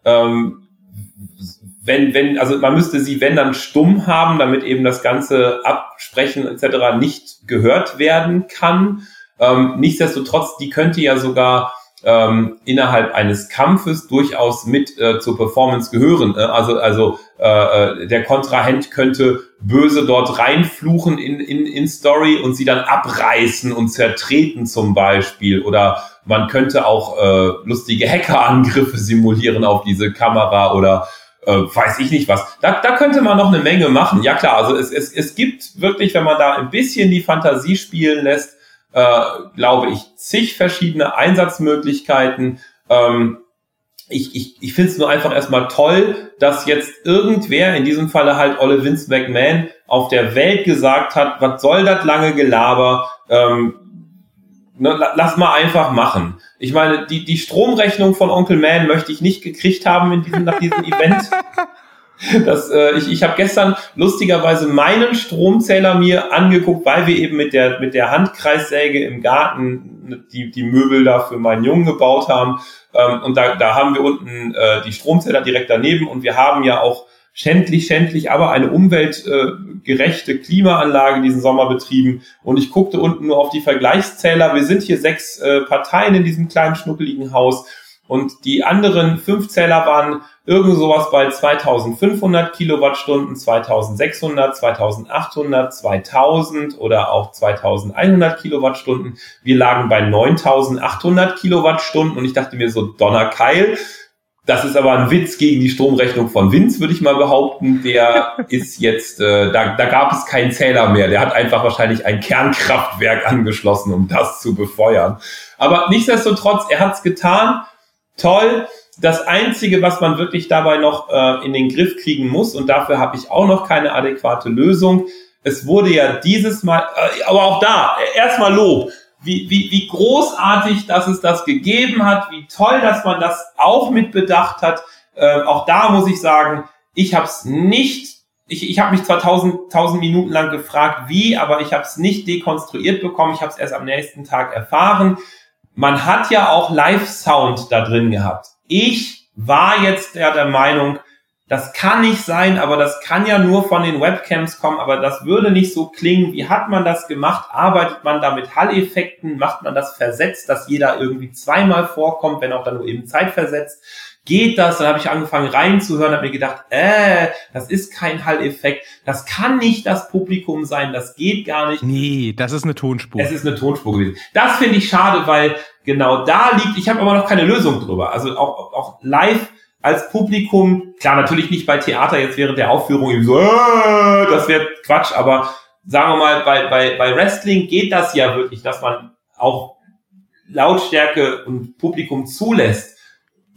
Speaker 2: also man müsste sie, wenn dann stumm haben, damit eben das ganze Absprechen etc. nicht gehört werden kann. Nichtsdestotrotz, die könnte ja sogar innerhalb eines Kampfes durchaus mit zur Performance gehören. Also der Kontrahent könnte böse dort reinfluchen in Story und sie dann abreißen und zertreten zum Beispiel. Oder man könnte auch lustige Hackerangriffe simulieren auf diese Kamera oder weiß ich nicht was. Da könnte man noch eine Menge machen. Ja klar, also es gibt wirklich, wenn man da ein bisschen die Fantasie spielen lässt, glaube ich, zig verschiedene Einsatzmöglichkeiten. Ich finde es nur einfach erstmal toll, dass jetzt irgendwer, in diesem Falle halt Olle Vince McMahon, auf der Welt gesagt hat, was soll das lange Gelaber, lass mal einfach machen. Ich meine, die Stromrechnung von Onkel Man möchte ich nicht gekriegt haben nach diesem Event. Ich habe gestern lustigerweise meinen Stromzähler mir angeguckt, weil wir eben mit der Handkreissäge im Garten die Möbel da für meinen Jungen gebaut haben. Und da haben wir unten die Stromzähler direkt daneben und wir haben ja auch schändlich, aber eine umweltgerechte Klimaanlage diesen Sommer betrieben. Und ich guckte unten nur auf die Vergleichszähler. Wir sind hier 6 Parteien in diesem kleinen schnuckeligen Haus. Und die anderen 5 Zähler waren irgend sowas bei 2500 Kilowattstunden, 2600, 2800, 2000 oder auch 2100 Kilowattstunden. Wir lagen bei 9800 Kilowattstunden und ich dachte mir so, Donnerkeil, das ist aber ein Witz gegen die Stromrechnung von Vince, würde ich mal behaupten. Der ist jetzt, da gab es keinen Zähler mehr. Der hat einfach wahrscheinlich ein Kernkraftwerk angeschlossen, um das zu befeuern. Aber nichtsdestotrotz, er hat's getan. Toll. Das Einzige, was man wirklich dabei noch in den Griff kriegen muss, und dafür habe ich auch noch keine adäquate Lösung, es wurde ja dieses Mal, aber auch da, erstmal Lob, wie großartig, dass es das gegeben hat, wie toll, dass man das auch mit bedacht hat. Auch da muss ich sagen, ich habe es nicht, ich habe mich zwar 1000 Minuten lang gefragt, wie, aber ich habe es nicht dekonstruiert bekommen, ich habe es erst am nächsten Tag erfahren. Man hat ja auch Live-Sound da drin gehabt. Ich war jetzt der Meinung, das kann nicht sein, aber das kann ja nur von den Webcams kommen, aber das würde nicht so klingen. Wie hat man das gemacht? Arbeitet man da mit Hall-Effekten? Macht man das versetzt, dass jeder irgendwie zweimal vorkommt, wenn auch dann nur eben zeitversetzt? Geht das? Dann habe ich angefangen reinzuhören, habe mir gedacht, das ist kein Hall-Effekt, das kann nicht das Publikum sein, das geht gar nicht.
Speaker 1: Nee, das ist eine Tonspur.
Speaker 2: Es ist eine Tonspur gewesen. Das finde ich schade, weil genau da liegt, ich habe aber noch keine Lösung drüber. Also auch live als Publikum, klar, natürlich nicht bei Theater jetzt während der Aufführung eben so, das wäre Quatsch, aber sagen wir mal, bei Wrestling geht das ja wirklich, dass man auch Lautstärke und Publikum zulässt.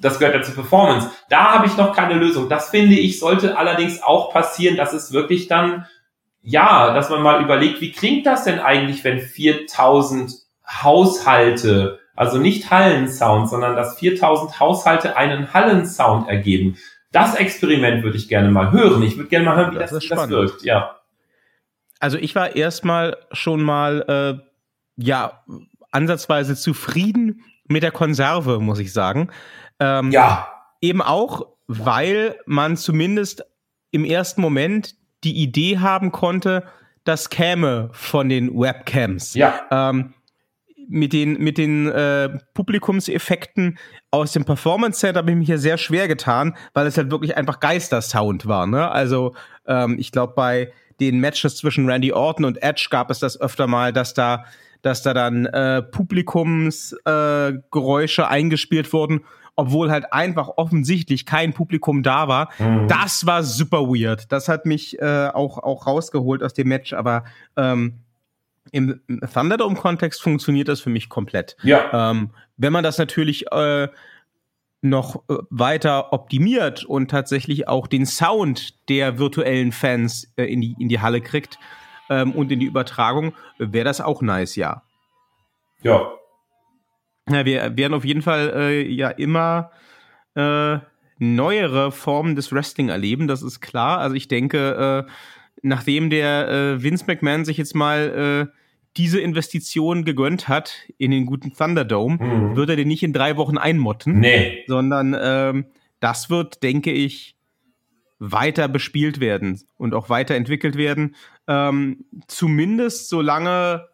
Speaker 2: das gehört ja zur Performance. Da habe ich noch keine Lösung. Das finde ich, sollte allerdings auch passieren, dass es wirklich dann, ja, dass man mal überlegt, wie klingt das denn eigentlich, wenn 4000 Haushalte, also nicht Hallensound, sondern dass 4000 Haushalte einen Hallensound ergeben. Das Experiment würde ich gerne mal hören. Ich würde gerne mal hören, wie das wirkt. Ja.
Speaker 1: Also ich war erstmal schon mal, ansatzweise zufrieden mit der Konserve, muss ich sagen. Eben auch, weil man zumindest im ersten Moment die Idee haben konnte, das käme von den Webcams.
Speaker 2: Ja.
Speaker 1: Mit den Publikumseffekten aus dem Performance Center habe ich mich ja sehr schwer getan, weil es halt wirklich einfach Geistersound war, ne? Also ich glaube, bei den Matches zwischen Randy Orton und Edge gab es das öfter mal, dass da dann Publikumsgeräusche eingespielt wurden, obwohl halt einfach offensichtlich kein Publikum da war. Mhm. Das war super weird. Das hat mich auch rausgeholt aus dem Match, aber im Thunderdome-Kontext funktioniert das für mich komplett.
Speaker 2: Ja.
Speaker 1: Wenn man das natürlich noch weiter optimiert und tatsächlich auch den Sound der virtuellen Fans in die Halle kriegt und in die Übertragung, wäre das auch nice, ja.
Speaker 2: Ja.
Speaker 1: Ja, wir werden auf jeden Fall immer neuere Formen des Wrestling erleben, das ist klar. Also ich denke, nachdem der Vince McMahon sich jetzt mal diese Investition gegönnt hat in den guten Thunderdome, wird er den nicht in 3 Wochen einmotten, sondern das wird, denke ich, weiter bespielt werden und auch weiterentwickelt werden. Zumindest solange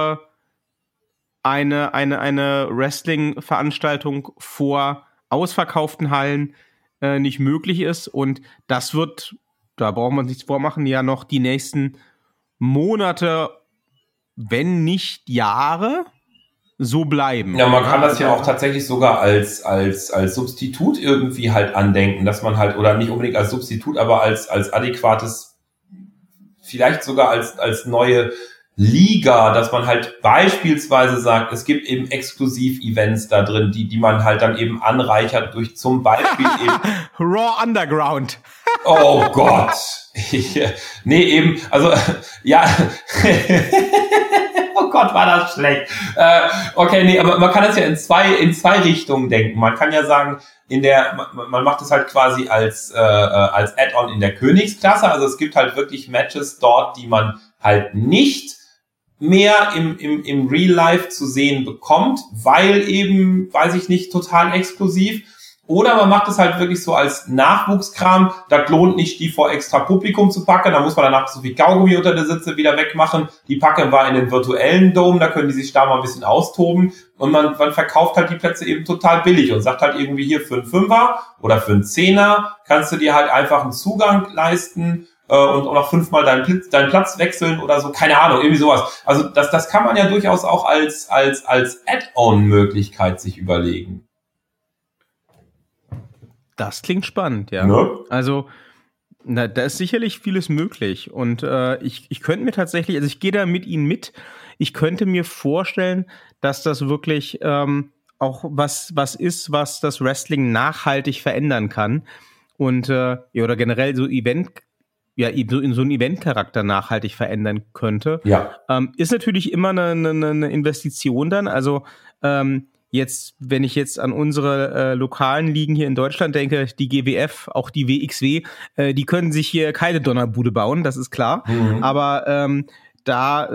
Speaker 1: eine Wrestling-Veranstaltung vor ausverkauften Hallen nicht möglich ist. Und das wird, da braucht man nichts vormachen, ja noch die nächsten Monate, wenn nicht Jahre, so bleiben.
Speaker 2: Ja, man kann das ja auch tatsächlich sogar als Substitut irgendwie halt andenken, dass man halt, oder nicht unbedingt als Substitut, aber als adäquates, vielleicht sogar als neue Liga, dass man halt beispielsweise sagt, es gibt eben Exklusiv-Events da drin, die man halt dann eben anreichert durch zum Beispiel eben
Speaker 1: Raw Underground.
Speaker 2: Oh Gott. Nee, eben, also, ja. Oh Gott, war das schlecht. Okay, nee, aber man kann das ja in zwei Richtungen denken. Man kann ja sagen, man macht es halt quasi als Add-on in der Königsklasse. Also es gibt halt wirklich Matches dort, die man halt nicht mehr im Real Life zu sehen bekommt, weil eben, weiß ich nicht, total exklusiv. Oder man macht es halt wirklich so als Nachwuchskram. Da lohnt nicht, die vor extra Publikum zu packen. Da muss man danach so viel Kaugummi unter der Sitze wieder wegmachen. Die packen wir in den virtuellen Dome. Da können die sich da mal ein bisschen austoben. Und man verkauft halt die Plätze eben total billig und sagt halt irgendwie hier für einen Fünfer oder für einen Zehner kannst du dir halt einfach einen Zugang leisten und auch noch 5-mal deinen Platz wechseln oder so. Keine Ahnung, irgendwie sowas. Also das kann man ja durchaus auch als Add-on-Möglichkeit sich überlegen.
Speaker 1: Das klingt spannend, ja.
Speaker 2: Ne?
Speaker 1: Also, da ist sicherlich vieles möglich. Und ich könnte mir tatsächlich, also ich gehe da mit Ihnen mit, ich könnte mir vorstellen, dass das wirklich auch was ist, was das Wrestling nachhaltig verändern kann. Und oder generell so so in so einen Event-Charakter nachhaltig verändern könnte.
Speaker 2: Ja.
Speaker 1: Ist natürlich immer eine Investition dann. Also jetzt, wenn ich jetzt an unsere lokalen Ligen hier in Deutschland denke, die GWF, auch die WXW, die können sich hier keine Donnerbude bauen, das ist klar. Mhm. Aber da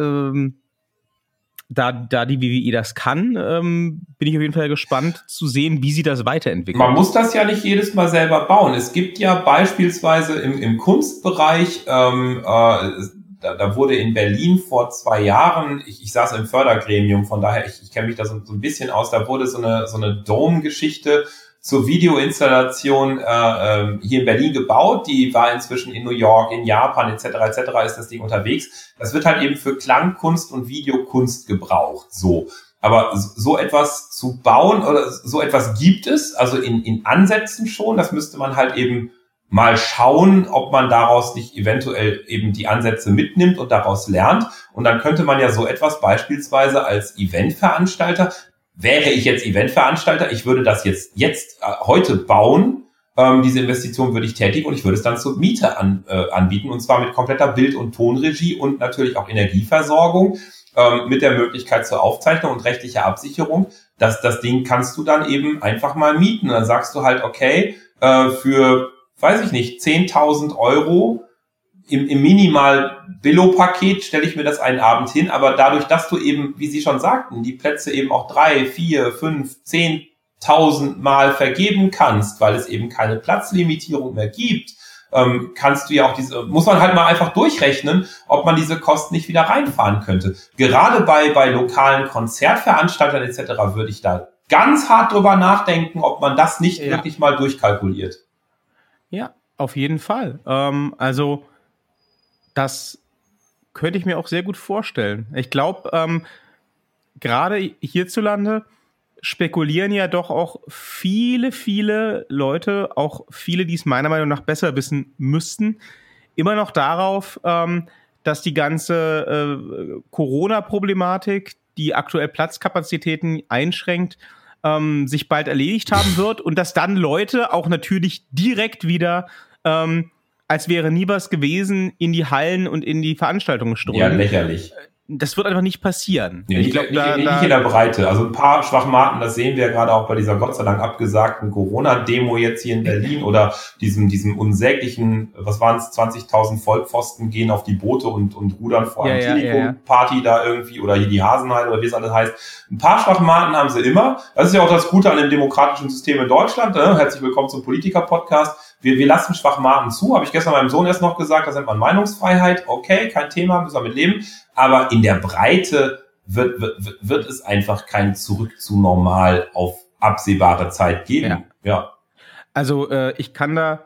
Speaker 1: die WWE das kann, bin ich auf jeden Fall gespannt zu sehen, wie sie das weiterentwickeln.
Speaker 2: Man muss das ja nicht jedes Mal selber bauen. Es gibt ja beispielsweise im Kunstbereich, da wurde in Berlin vor 2 Jahren, ich saß im Fördergremium, von daher, ich kenne mich da so ein bisschen aus, da wurde so eine Dome-Geschichte zur Videoinstallation hier in Berlin gebaut. Die war inzwischen in New York, in Japan etc. ist das Ding unterwegs. Das wird halt eben für Klangkunst und Videokunst gebraucht. So. Aber so etwas zu bauen oder so etwas gibt es, also in Ansätzen schon. Das müsste man halt eben mal schauen, ob man daraus nicht eventuell eben die Ansätze mitnimmt und daraus lernt. Und dann könnte man ja so etwas beispielsweise als Eventveranstalter, wäre ich jetzt Eventveranstalter, ich würde das jetzt heute bauen, diese Investition würde ich tätigen und ich würde es dann zur Miete anbieten, und zwar mit kompletter Bild- und Tonregie und natürlich auch Energieversorgung, mit der Möglichkeit zur Aufzeichnung und rechtlicher Absicherung. Das Ding kannst du dann eben einfach mal mieten. Und dann sagst du halt, okay, für, weiß ich nicht, 10.000 Euro im Minimal-Billo-Paket stelle ich mir das einen Abend hin, aber dadurch, dass du eben, wie Sie schon sagten, die Plätze eben auch 3, 4, 5, 10.000 Mal vergeben kannst, weil es eben keine Platzlimitierung mehr gibt, kannst du ja auch muss man halt mal einfach durchrechnen, ob man diese Kosten nicht wieder reinfahren könnte. Gerade bei lokalen Konzertveranstaltern etc. würde ich da ganz hart drüber nachdenken, ob man das nicht wirklich mal durchkalkuliert.
Speaker 1: Ja, auf jeden Fall. Also das könnte ich mir auch sehr gut vorstellen. Ich glaube, gerade hierzulande spekulieren ja doch auch viele, viele Leute, auch viele, die es meiner Meinung nach besser wissen müssten, immer noch darauf, dass die ganze Corona-Problematik, die aktuell Platzkapazitäten einschränkt, sich bald erledigt haben wird und dass dann Leute auch natürlich direkt wieder als wäre nie was gewesen, in die Hallen und in die Veranstaltungen strömen.
Speaker 2: Ja, lächerlich.
Speaker 1: Das wird einfach nicht passieren.
Speaker 2: Ja, nicht in der Breite. Also ein paar Schwachmaten, das sehen wir ja gerade auch bei dieser Gott sei Dank abgesagten Corona-Demo jetzt hier in Berlin oder diesem unsäglichen, was waren es, 20.000 Vollpfosten gehen auf die Boote und rudern vor einem Telekom-Party da irgendwie oder hier die Hasenheide oder wie es alles heißt. Ein paar Schwachmaten haben sie immer. Das ist ja auch das Gute an dem demokratischen System in Deutschland. Herzlich willkommen zum Politiker-Podcast. Wir lassen Schwachmaten zu, habe ich gestern meinem Sohn erst noch gesagt, das nennt man Meinungsfreiheit. Okay, kein Thema, müssen wir mit leben. Aber in der Breite wird es einfach kein Zurück zu normal auf absehbare Zeit geben. Ja.
Speaker 1: Also ich kann da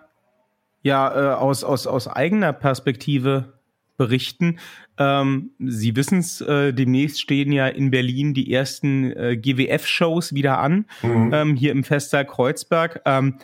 Speaker 1: aus eigener Perspektive berichten. Sie wissen es, demnächst stehen ja in Berlin die ersten GWF-Shows wieder an, hier im Festsaal Kreuzberg.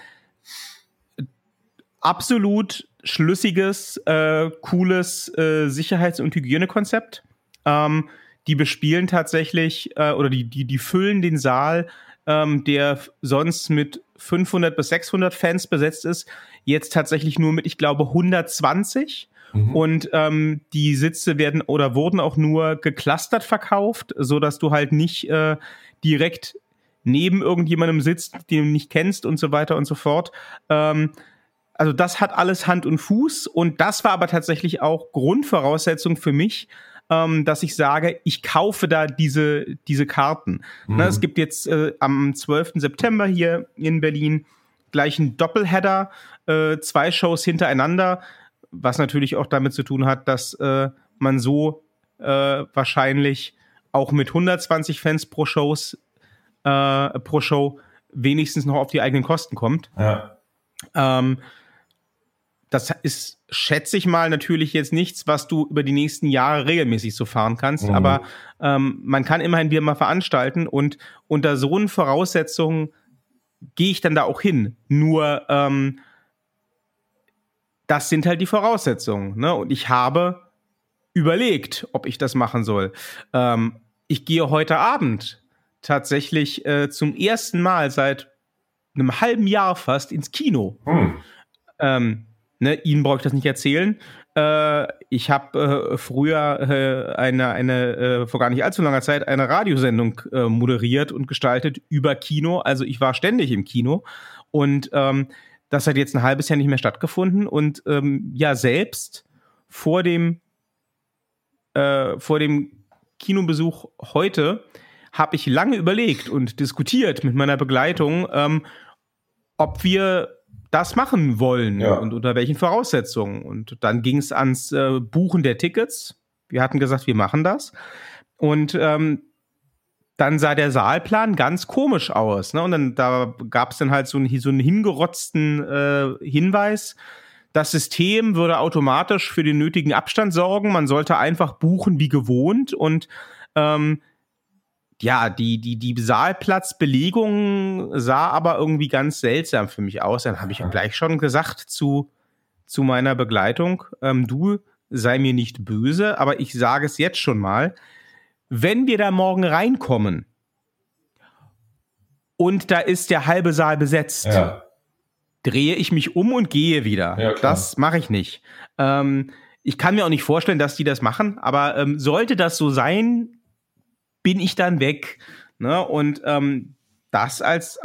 Speaker 1: Absolut schlüssiges, cooles Sicherheits- und Hygienekonzept. Die bespielen tatsächlich oder die füllen den Saal, der sonst mit 500 bis 600 Fans besetzt ist, jetzt tatsächlich nur mit, ich glaube, 120. Und die Sitze wurden auch nur geclustert verkauft, so dass du halt nicht direkt neben irgendjemandem sitzt, den du nicht kennst und so weiter und so fort. Also das hat alles Hand und Fuß und das war aber tatsächlich auch Grundvoraussetzung für mich, dass ich sage, ich kaufe da diese Karten. Ne, es gibt jetzt am 12. September hier in Berlin gleich einen Doppelheader, 2 Shows hintereinander, was natürlich auch damit zu tun hat, dass man so wahrscheinlich auch mit 120 Fans pro Show wenigstens noch auf die eigenen Kosten kommt.
Speaker 2: Ja.
Speaker 1: Das ist, schätze ich mal, natürlich jetzt nichts, was du über die nächsten Jahre regelmäßig so fahren kannst, aber man kann immerhin wieder mal veranstalten und unter so einen Voraussetzungen gehe ich dann da auch hin. Nur das sind halt die Voraussetzungen, ne? Und ich habe überlegt, ob ich das machen soll. Ich gehe heute Abend tatsächlich zum ersten Mal seit einem halben Jahr fast ins Kino. Ihnen brauche ich das nicht erzählen. Ich habe früher vor gar nicht allzu langer Zeit eine Radiosendung moderiert und gestaltet über Kino. Also ich war ständig im Kino und das hat jetzt ein halbes Jahr nicht mehr stattgefunden. Und selbst vor dem Kinobesuch heute habe ich lange überlegt und diskutiert mit meiner Begleitung, ob wir das machen wollen und unter welchen Voraussetzungen. Und dann ging es ans Buchen der Tickets. Wir hatten gesagt, wir machen das. Und dann sah der Saalplan ganz komisch aus. Ne? Und da gab es dann halt so einen hingerotzten Hinweis. Das System würde automatisch für den nötigen Abstand sorgen. Man sollte einfach buchen wie gewohnt. Und die Saalplatzbelegung sah aber irgendwie ganz seltsam für mich aus. Dann habe ich gleich schon gesagt zu meiner Begleitung, du sei mir nicht böse, aber ich sage es jetzt schon mal, wenn wir da morgen reinkommen und da ist der halbe Saal besetzt.
Speaker 2: Ja.
Speaker 1: Drehe ich mich um und gehe wieder.
Speaker 2: Ja, klar.
Speaker 1: Das mache ich nicht. Ich kann mir auch nicht vorstellen, dass die das machen, aber sollte das so sein, bin ich dann weg. Ne? Und das als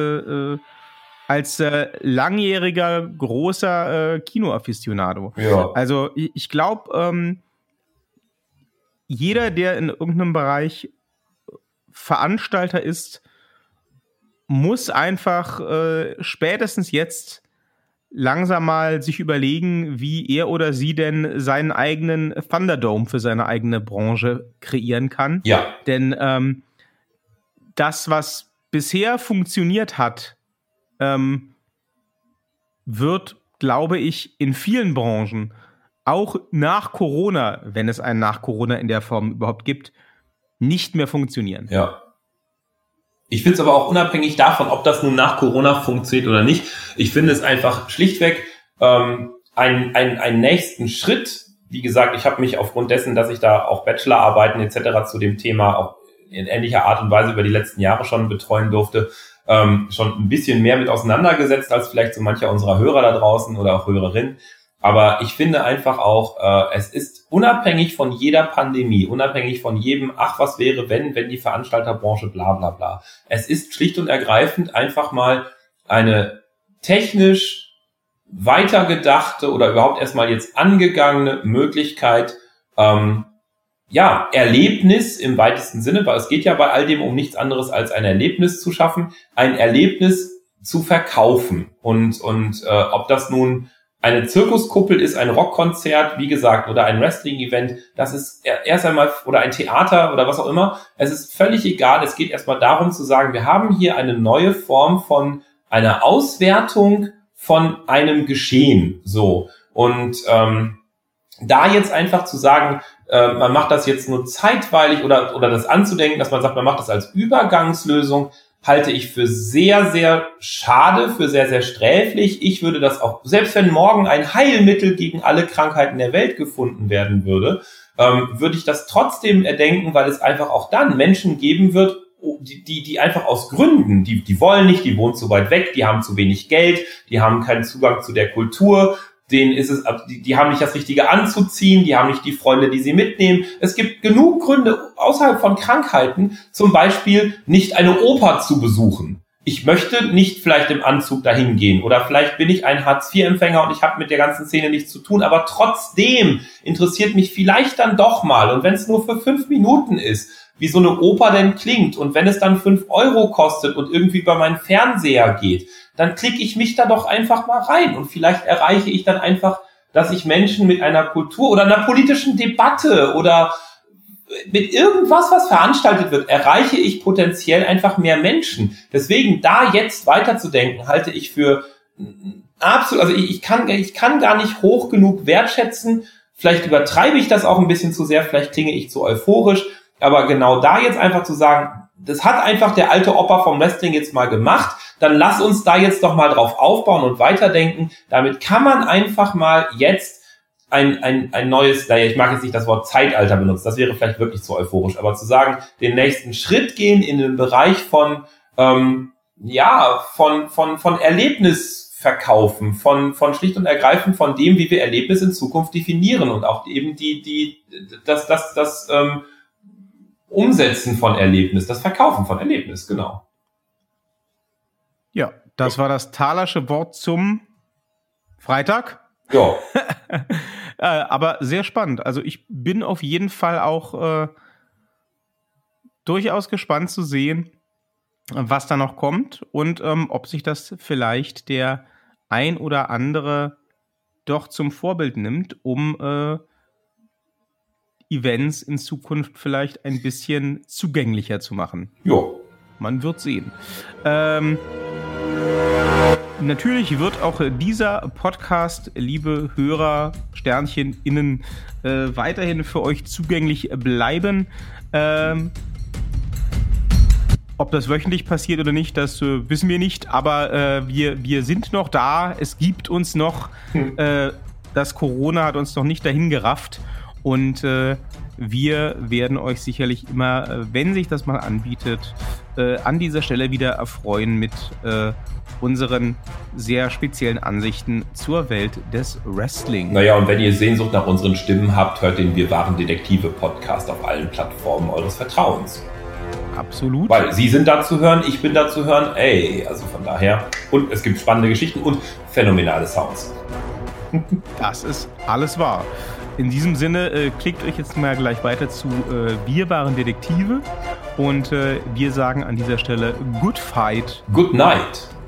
Speaker 1: langjähriger, großer Kinoaficionado.
Speaker 2: Ja.
Speaker 1: Also ich glaube, jeder, der in irgendeinem Bereich Veranstalter ist, muss einfach spätestens jetzt langsam mal sich überlegen, wie er oder sie denn seinen eigenen Thunderdome für seine eigene Branche kreieren kann.
Speaker 2: Ja.
Speaker 1: Denn das, was bisher funktioniert hat, wird, glaube ich, in vielen Branchen auch nach Corona, wenn es einen nach Corona in der Form überhaupt gibt, nicht mehr funktionieren.
Speaker 2: Ja. Ich finde es aber auch unabhängig davon, ob das nun nach Corona funktioniert oder nicht. Ich finde es einfach schlichtweg einen nächsten Schritt. Wie gesagt, ich habe mich aufgrund dessen, dass ich da auch Bachelorarbeiten etc. zu dem Thema auch in ähnlicher Art und Weise über die letzten Jahre schon betreuen durfte, schon ein bisschen mehr mit auseinandergesetzt als vielleicht so mancher unserer Hörer da draußen oder auch Hörerinnen. Aber ich finde einfach auch, es ist unabhängig von jeder Pandemie, unabhängig von jedem, was wäre, wenn die Veranstalterbranche bla bla bla. Es ist schlicht und ergreifend einfach mal eine technisch weitergedachte oder überhaupt erstmal jetzt angegangene Möglichkeit, Erlebnis im weitesten Sinne, weil es geht ja bei all dem um nichts anderes als ein Erlebnis zu schaffen, ein Erlebnis zu verkaufen. Und ob das nun eine Zirkuskuppel ist, ein Rockkonzert, wie gesagt, oder ein Wrestling-Event, das ist erst einmal, oder ein Theater oder was auch immer, es ist völlig egal. Es geht erstmal darum zu sagen, wir haben hier eine neue Form von einer Auswertung von einem Geschehen, so. Und da jetzt einfach zu sagen, man macht das jetzt nur zeitweilig oder das anzudenken, dass man sagt, man macht das als Übergangslösung, halte ich für sehr, sehr schade, für sehr, sehr sträflich. Ich würde das auch, selbst wenn morgen ein Heilmittel gegen alle Krankheiten der Welt gefunden werden würde, würde ich das trotzdem erdenken, weil es einfach auch dann Menschen geben wird, die einfach aus Gründen, die wollen nicht, die wohnen zu weit weg, die haben zu wenig Geld, die haben keinen Zugang zu der Kultur, denen ist es, die haben nicht das Richtige anzuziehen, die haben nicht die Freunde, die sie mitnehmen. Es gibt genug Gründe außerhalb von Krankheiten, zum Beispiel nicht eine Oper zu besuchen. Ich möchte nicht vielleicht im Anzug dahin gehen oder vielleicht bin ich ein Hartz-IV-Empfänger und ich habe mit der ganzen Szene nichts zu tun, aber trotzdem interessiert mich vielleicht dann doch mal und wenn es nur für 5 Minuten ist, wie so eine Oper denn klingt und wenn es dann 5 € kostet und irgendwie über meinen Fernseher geht, dann klicke ich mich da doch einfach mal rein und vielleicht erreiche ich dann einfach, dass ich Menschen mit einer Kultur oder einer politischen Debatte oder mit irgendwas, was veranstaltet wird, erreiche ich potenziell einfach mehr Menschen. Deswegen da jetzt weiterzudenken, halte ich für absolut, also ich kann gar nicht hoch genug wertschätzen. Vielleicht übertreibe ich das auch ein bisschen zu sehr, vielleicht klinge ich zu euphorisch, aber genau da jetzt einfach zu sagen, das hat einfach der alte Opa vom Wrestling jetzt mal gemacht, dann lass uns da jetzt doch mal drauf aufbauen und weiterdenken. Damit kann man einfach mal jetzt ein neues, naja, ich mag jetzt nicht das Wort Zeitalter benutzen, das wäre vielleicht wirklich zu euphorisch, aber zu sagen, den nächsten Schritt gehen in den Bereich von Erlebnis verkaufen, von schlicht und ergreifend von dem, wie wir Erlebnis in Zukunft definieren und auch eben das Umsetzen von Erlebnis, das Verkaufen von Erlebnis, genau.
Speaker 1: Ja, das war das Thalersche Wort zum Freitag.
Speaker 2: Ja.
Speaker 1: Aber sehr spannend. Also ich bin auf jeden Fall auch durchaus gespannt zu sehen, was da noch kommt und ob sich das vielleicht der ein oder andere doch zum Vorbild nimmt, um Events in Zukunft vielleicht ein bisschen zugänglicher zu machen.
Speaker 2: Ja.
Speaker 1: Man wird sehen. Natürlich wird auch dieser Podcast, liebe Hörer, SternchenInnen, weiterhin für euch zugänglich bleiben. Ob das wöchentlich passiert oder nicht, das wissen wir nicht, aber wir sind noch da, es gibt uns noch, das Corona hat uns noch nicht dahin gerafft und wir werden euch sicherlich immer, wenn sich das mal anbietet, an dieser Stelle wieder erfreuen mit unseren sehr speziellen Ansichten zur Welt des Wrestling.
Speaker 2: Naja, und wenn ihr Sehnsucht nach unseren Stimmen habt, hört den Wir waren Detektive Podcast auf allen Plattformen eures Vertrauens.
Speaker 1: Absolut.
Speaker 2: Weil Sie sind da zu hören, ich bin da zu hören, also von daher. Und es gibt spannende Geschichten und phänomenale Sounds.
Speaker 1: Das ist alles wahr. In diesem Sinne, klickt euch jetzt mal gleich weiter zu Wir waren Detektive und wir sagen an dieser Stelle Good Fight.
Speaker 2: Good Night.